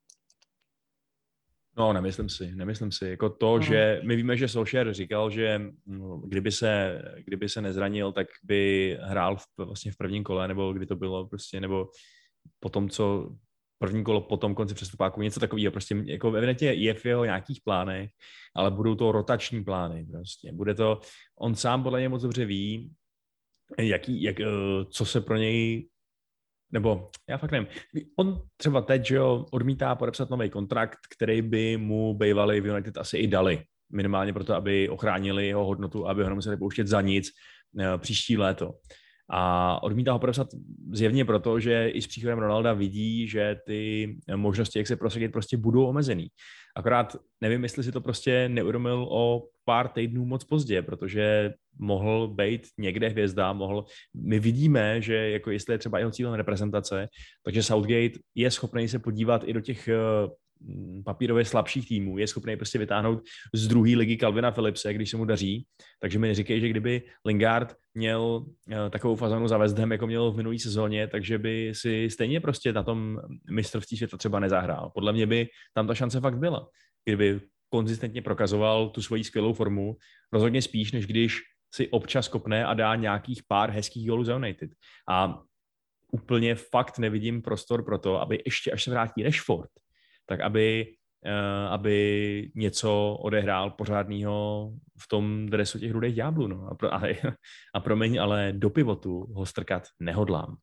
No, nemyslím si, nemyslím si. Jako to, hmm. že my víme, že Solskjaer říkal, že no, kdyby, se, kdyby se nezranil, tak by hrál v, vlastně v prvním kole, nebo kdy to bylo prostě, nebo po tom, co první kolo po tom konci přestupáku, něco takového, prostě jako evidentně je v jeho nějakých plánech, ale budou to rotační plány prostě. Bude to, on sám podle něj moc dobře ví, jaký, jak, co se pro něj, nebo já fakt nevím, on třeba teď, že jo, odmítá podepsat nový kontrakt, který by mu bývali v United asi i dali, minimálně proto, aby ochránili jeho hodnotu, aby ho nemuseli pouštět za nic příští léto. A odmítá ho podepsat zjevně proto, že i s příchodem Ronalda vidí, že ty možnosti, jak se prosadit, prostě budou omezený. Akorát nevím, jestli si to prostě neuvědomil o pár týdnů moc pozdě, protože mohl být někde hvězda, mohl... My vidíme, že jako jestli je třeba jeho cílem reprezentace, takže Southgate je schopný se podívat i do těch papírově slabších týmů je schopný prostě vytáhnout z druhé ligy Calvina Phillipse, když se mu daří. Takže mi neříkej, že kdyby Lingard měl takovou fazonu za West Ham, jako měl v minulý sezóně, takže by si stejně prostě na tom mistrovství světa třeba nezahrál. Podle mě by tam ta šance fakt byla. Kdyby konzistentně prokazoval tu svoji skvělou formu, rozhodně spíš, než když si občas kopne a dá nějakých pár hezkých gólů za United. A úplně fakt nevidím prostor pro to, aby ještě, až se vrátí Rashford, tak aby, uh, aby něco odehrál pořádného v tom dresu těch Rudých ďáblů. No. A, pro, a, a promiň, ale do pivotu ho strkat nehodlám.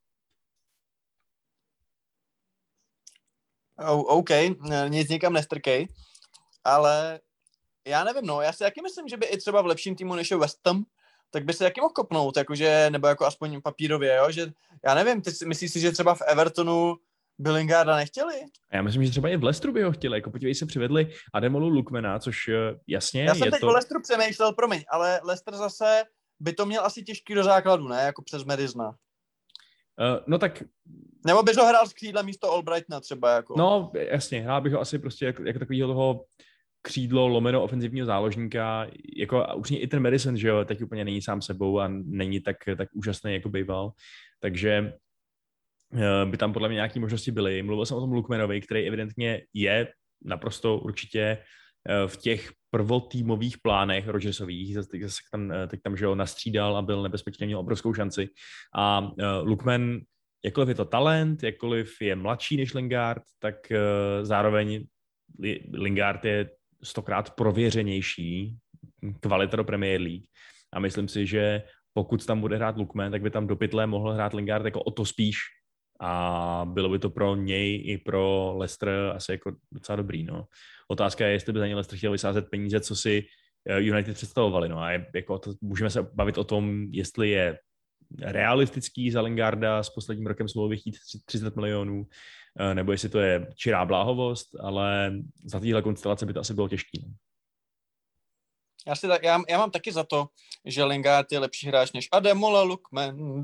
Oh, OK, nic nikam nestrkej, ale já nevím, no, já si taky myslím, že by i třeba v lepším týmu než je West Ham, tak by se taky mohl kopnout, jakože, nebo jako aspoň papírově, jo, že já nevím, ty si, myslíš si, že třeba v Evertonu by Lingarda nechtěli? Já myslím, že třeba i v Leicesteru by ho chtěli, jako podívej se, přivedli Ademolu Lookmana, což jasně Já jsem je teď to... o Leicesteru přemýšlel, promiň, ale Leicester zase by to měl asi těžký do základu, ne, jako přes Madisona. Uh, no tak... Nebo bys ho hrál z křídla místo Albrightona třeba, jako. No, jasně, hrál bych ho asi prostě jako, jako takovýho toho křídlo lomeno ofenzivního záložníka, jako upřímně i ten Madison, že jo, teď úplně není sám sebou a není tak, tak úžasný, jako býval, takže by tam podle mě nějaké možnosti byly. Mluvil jsem o tom Lookmanovi, který evidentně je naprosto určitě v těch prvotýmových plánech Rodgersových, teď tam, teď tam že ho nastřídal a byl nebezpečný, měl obrovskou šanci. A Lookman, jakkoliv je to talent, jakkoliv je mladší než Lingard, tak zároveň Lingard je stokrát prověřenější kvalita do Premier League. A myslím si, že pokud tam bude hrát Lookman, tak by tam do pytle mohl hrát Lingard jako o to spíš. A bylo by to pro něj i pro Leicester asi jako docela dobrý. No. Otázka je, jestli by za ně Leicester chtěl vysázet peníze, co si United představovali. No. A je, jako to, můžeme se bavit o tom, jestli je realistický za Lingarda s posledním rokem smlouvy chtít třicet milionů, nebo jestli to je čirá bláhovost, ale za téhle konstelace by to asi bylo těžký. Já, si tak, já, já mám taky za to, že Lingard je lepší hráč než Ademola Lookman.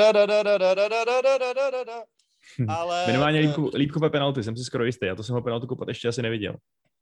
Ale... Minimálně lípku, lípkové penalty, jsem si skoro jistý. Já to jsem ho penaltu kopat ještě asi neviděl.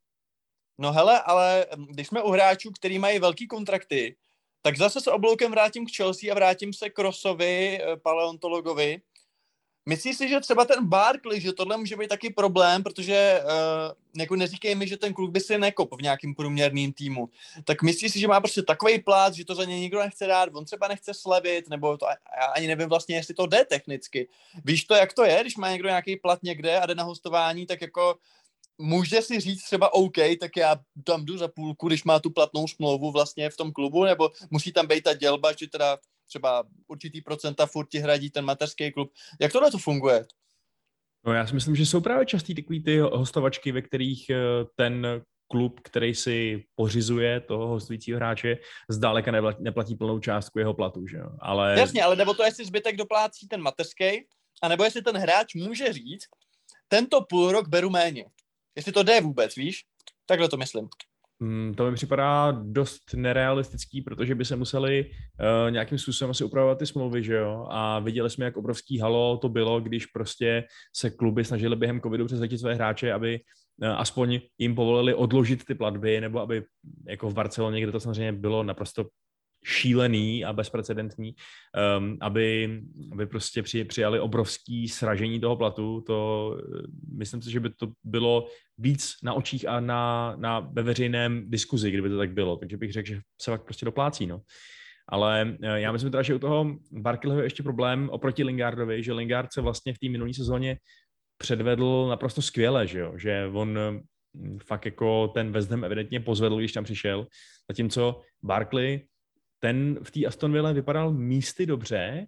No hele, ale když jsme u hráčů, který mají velký kontrakty, tak zase se obloukem vrátím k Chelsea a vrátím se k Crossovi, paleontologovi. Myslíš si, že třeba ten Barkley, že tohle může být taky problém, protože uh, jako neříkej mi, že ten kluk by si nekop v nějakým průměrným týmu. Tak myslíš si, že má prostě takovej plát, že to za něj nikdo nechce dát, on třeba nechce slevit, nebo to, já ani nevím vlastně, jestli to jde technicky. Víš to, jak to je, když má někdo nějaký plat někde a jde na hostování, tak jako může si říct třeba OK, tak já tam jdu za půlku, když má tu platnou smlouvu vlastně v tom klubu, nebo musí tam být ta dělba, že teda třeba určitý procenta furt ti hradí ten mateřský klub. Jak tohle to funguje? No já si myslím, že jsou právě častý takový ty hostovačky, ve kterých ten klub, který si pořizuje toho hostujícího hráče, zdáleka neplatí plnou částku jeho platu, že jo? Ale... Jasně, ale nebo to, jestli zbytek doplácí ten mateřský, anebo jestli ten hráč může říct, tento půl rok beru méně. Jestli to jde vůbec, víš? Takhle to myslím. Hmm, to mi připadá dost nerealistický, protože by se museli uh, nějakým způsobem asi upravovat ty smlouvy, že jo? A viděli jsme, jak obrovský halo to bylo, když prostě se kluby snažili během covidu přesvědčit své hráče, aby uh, aspoň jim povolili odložit ty platby, nebo aby jako v Barceloně, kde to samozřejmě bylo naprosto šílený a bezprecedentní, um, aby, aby prostě při, přijali obrovský sražení toho platu, to myslím si, že by to bylo víc na očích a na, na ve veřejném diskuzi, kdyby to tak bylo, takže bych řekl, že se fakt prostě doplácí, no. Ale já myslím teda, že u toho Barkleyho je ještě problém oproti Lingardovi, že Lingard se vlastně v té minulé sezóně předvedl naprosto skvěle, že jo, že on fakt jako ten West Ham evidentně pozvedl, když tam přišel, zatímco Barkley ten v té Aston Ville vypadal místy dobře,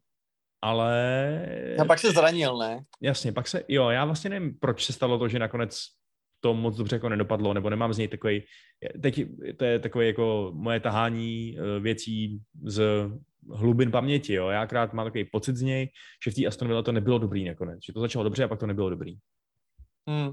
ale... A pak se zranil, ne? Jasně, pak se... Jo, já vlastně nevím, proč se stalo to, že nakonec to moc dobře jako nedopadlo, nebo nemám z něj takový... Teď to je takové jako moje tahání věcí z hlubin paměti, jo. Já akorát mám takový pocit z něj, že v té Aston Ville to nebylo dobrý nakonec. Že to začalo dobře a pak to nebylo dobrý. Hmm.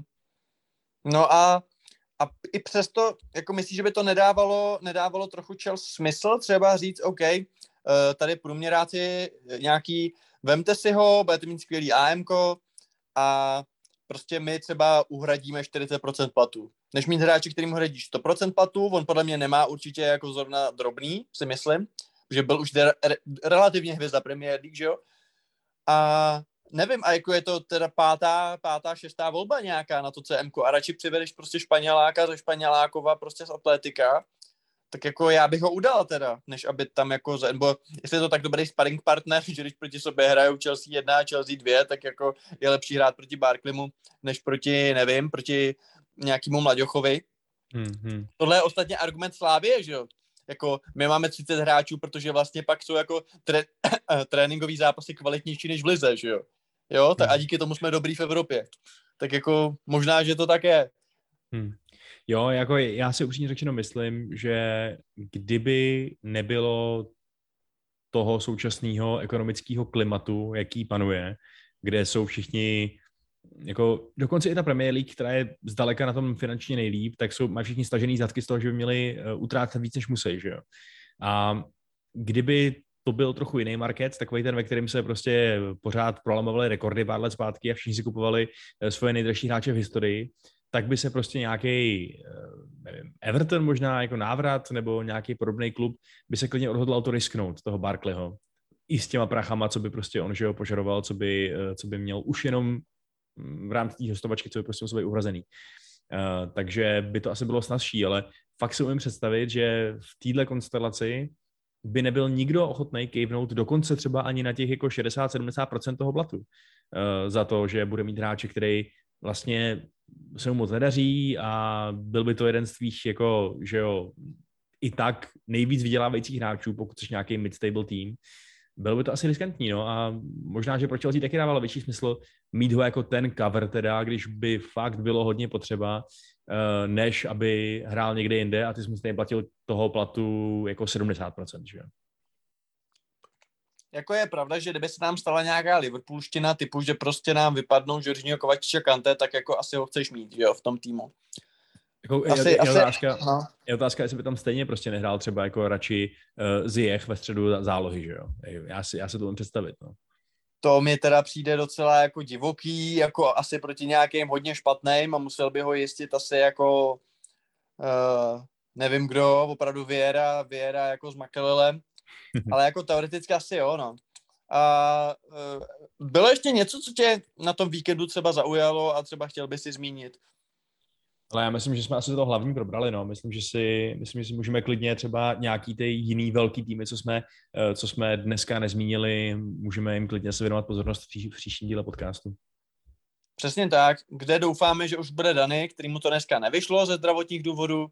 No a A i přesto, jako myslíš, že by to nedávalo, nedávalo trochu Chelsea smysl, třeba říct, OK, tady průměráci nějaký, vemte si ho, budete mít skvělý á em ko a prostě my třeba uhradíme čtyřicet procent platů. Než mít hráče, kterým hradí sto procent platů, on podle mě nemá určitě jako zrovna drobný, si myslím, že byl už de- re- relativně hvězda Premier League, že jo? A nevím, a jako je to teda pátá, pátá, šestá volba nějaká na to C M ko a radši přivedeš prostě Španěláka ze Španělákova prostě z Atlétika, tak jako já bych ho udal teda, než aby tam jako, nebo jestli je to tak dobrý sparring partner, že když proti sobě hrajou Chelsea jedna a Chelsea dvě, tak jako je lepší hrát proti Barkleymu, než proti, nevím, proti nějakému Mlaďochovi. Hmm, hmm. Tohle je ostatně argument Slávie, že jo? Jako my máme třicet hráčů, protože vlastně pak jsou jako tré, tréninkový zápasy kvalitnější než v lize, že jo? Jo, tak a díky tomu jsme dobrý v Evropě. Tak jako možná, že to tak je. Hmm. Jo, jako já si upřímně řečeno myslím, že kdyby nebylo toho současného ekonomického klimatu, jaký panuje, kde jsou všichni, jako dokonce i ta Premier League, která je zdaleka na tom finančně nejlíp, tak jsou, mají všichni stažený zadky z toho, že by měli utrácet víc, než musí, že jo. A kdyby to byl trochu jiný market, takový ten, ve kterém se prostě pořád prolamovaly rekordy pár let zpátky a všichni si kupovali svoje nejdražší hráče v historii, tak by se prostě nějaký, nevím, Everton možná jako návrat nebo nějaký podobný klub by se klidně odhodlal to risknout, toho Barkleyho. I s těma prachama, co by prostě on, že ho požadoval, co by, co by měl už jenom v rámci té hostovačky, co by prostě musel být uhrazený. Uh, takže by to asi bylo snazší, ale fakt si umím představit, že v téhle konstelaci by nebyl nikdo ochotný kejvnout dokonce třeba ani na těch jako šedesát až sedmdesát procent toho blatu uh, za to, že bude mít hráče, který vlastně se mu moc nedaří a byl by to jeden z tvých, jako, že jo, i tak nejvíc vydělávajících hráčů, pokud jsi nějaký mid-stable tým. Bylo by to asi riskantní, no, a možná, že pro Chelsea taky dávalo větší smysl mít ho jako ten cover, teda, když by fakt bylo hodně potřeba, než aby hrál někde jinde a ty jsi mu neplatil toho platu jako sedmdesát procent, že jo. Jako je pravda, že kdyby se nám stala nějaká Liverpoolština typu, že prostě nám vypadnou Jorginho, Kovačič a Kanté, tak jako asi ho chceš mít, jo, v tom týmu. Jako asi, je, je, asi, otázka, no. je otázka, jestli by tam stejně prostě nehrál třeba jako radši uh, Ziyech ve středu zálohy, že jo. Já si, já si to můžu představit, no. To mi teda přijde docela jako divoký, jako asi proti nějakým hodně špatným a musel by ho jistit asi jako uh, nevím kdo, opravdu Vieira, Vieira jako s Makelelem, ale jako teoreticky asi jo, no. A uh, bylo ještě něco, co tě na tom víkendu třeba zaujalo a třeba chtěl by si zmínit? Ale já myslím, že jsme asi to hlavní probrali, no. Myslím, že si, myslím, že si můžeme klidně třeba nějaký ty jiný velký týmy, co jsme, co jsme dneska nezmínili, můžeme jim klidně se věnovat pozornost v, příš, v příštím díle podcastu. Přesně tak, kde doufáme, že už bude Dany, kterýmu to dneska nevyšlo ze zdravotních důvodů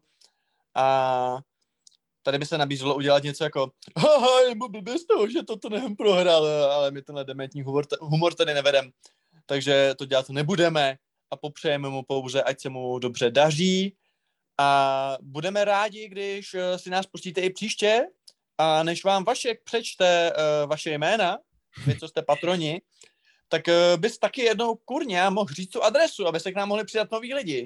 a tady by se nabízelo udělat něco jako haha, je mu blbě z toho, že toto nehem prohrál, ale my tenhle dementní humor, humor tady nevedem, takže to dělat nebudeme a popřejeme mu pouze, ať se mu dobře daří a budeme rádi, když si nás pustíte i příště a než vám Vašek přečte uh, vaše jména, vy, co jste patroni, tak uh, bys taky jednou kurně mohl říct tu adresu, aby se k nám mohli přidat noví lidi.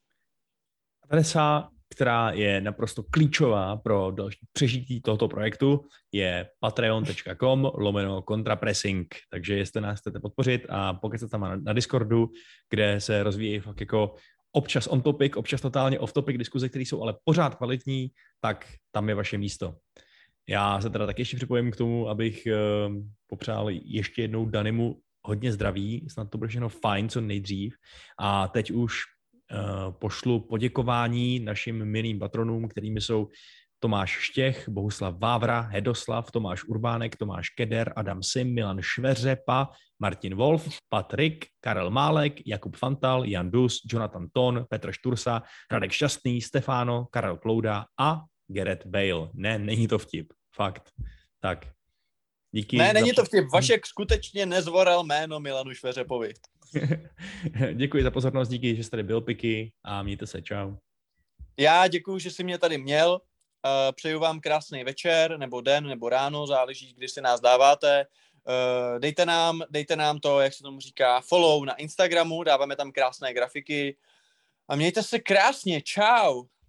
Adresa, která je naprosto klíčová pro další přežití tohoto projektu, je patreon.com lomeno kontrapressing. Takže jestli nás chcete podpořit a pokud jste tam na, na Discordu, kde se rozvíjí fakt jako občas on topic, občas totálně off topic diskuze, které jsou ale pořád kvalitní, tak tam je vaše místo. Já se teda taky ještě připojím k tomu, abych uh, popřál ještě jednou Danimu hodně zdraví, snad to bude všechno fajn co nejdřív. A teď už uh, pošlu poděkování našim milým patronům, kterými jsou Tomáš Štěch, Bohuslav Vávra, Hedoslav, Tomáš Urbánek, Tomáš Keder, Adam Sim, Milan Šveřepa, Martin Wolf, Patrik, Karel Málek, Jakub Fantal, Jan Dus, Jonathan Ton, Petr Štursa, Radek Šťastný, Stefano, Karel Klouda a Gareth Bale. Ne, není to vtip. Fakt. Tak. Díky. Ne, není to vtip. Vašek skutečně nezvoral jméno Milanu Šveřepovi. Děkuji za pozornost, díky, že jste tady byl, Piky, a mějte se. Čau. Já děkuji, že jsi mě tady měl. Uh, přeju vám krásný večer, nebo den, nebo ráno, záleží, kdy si nás dáváte. Uh, dejte nám, dejte nám to, jak se tomu říká, follow na Instagramu, dáváme tam krásné grafiky. A mějte se krásně, čau.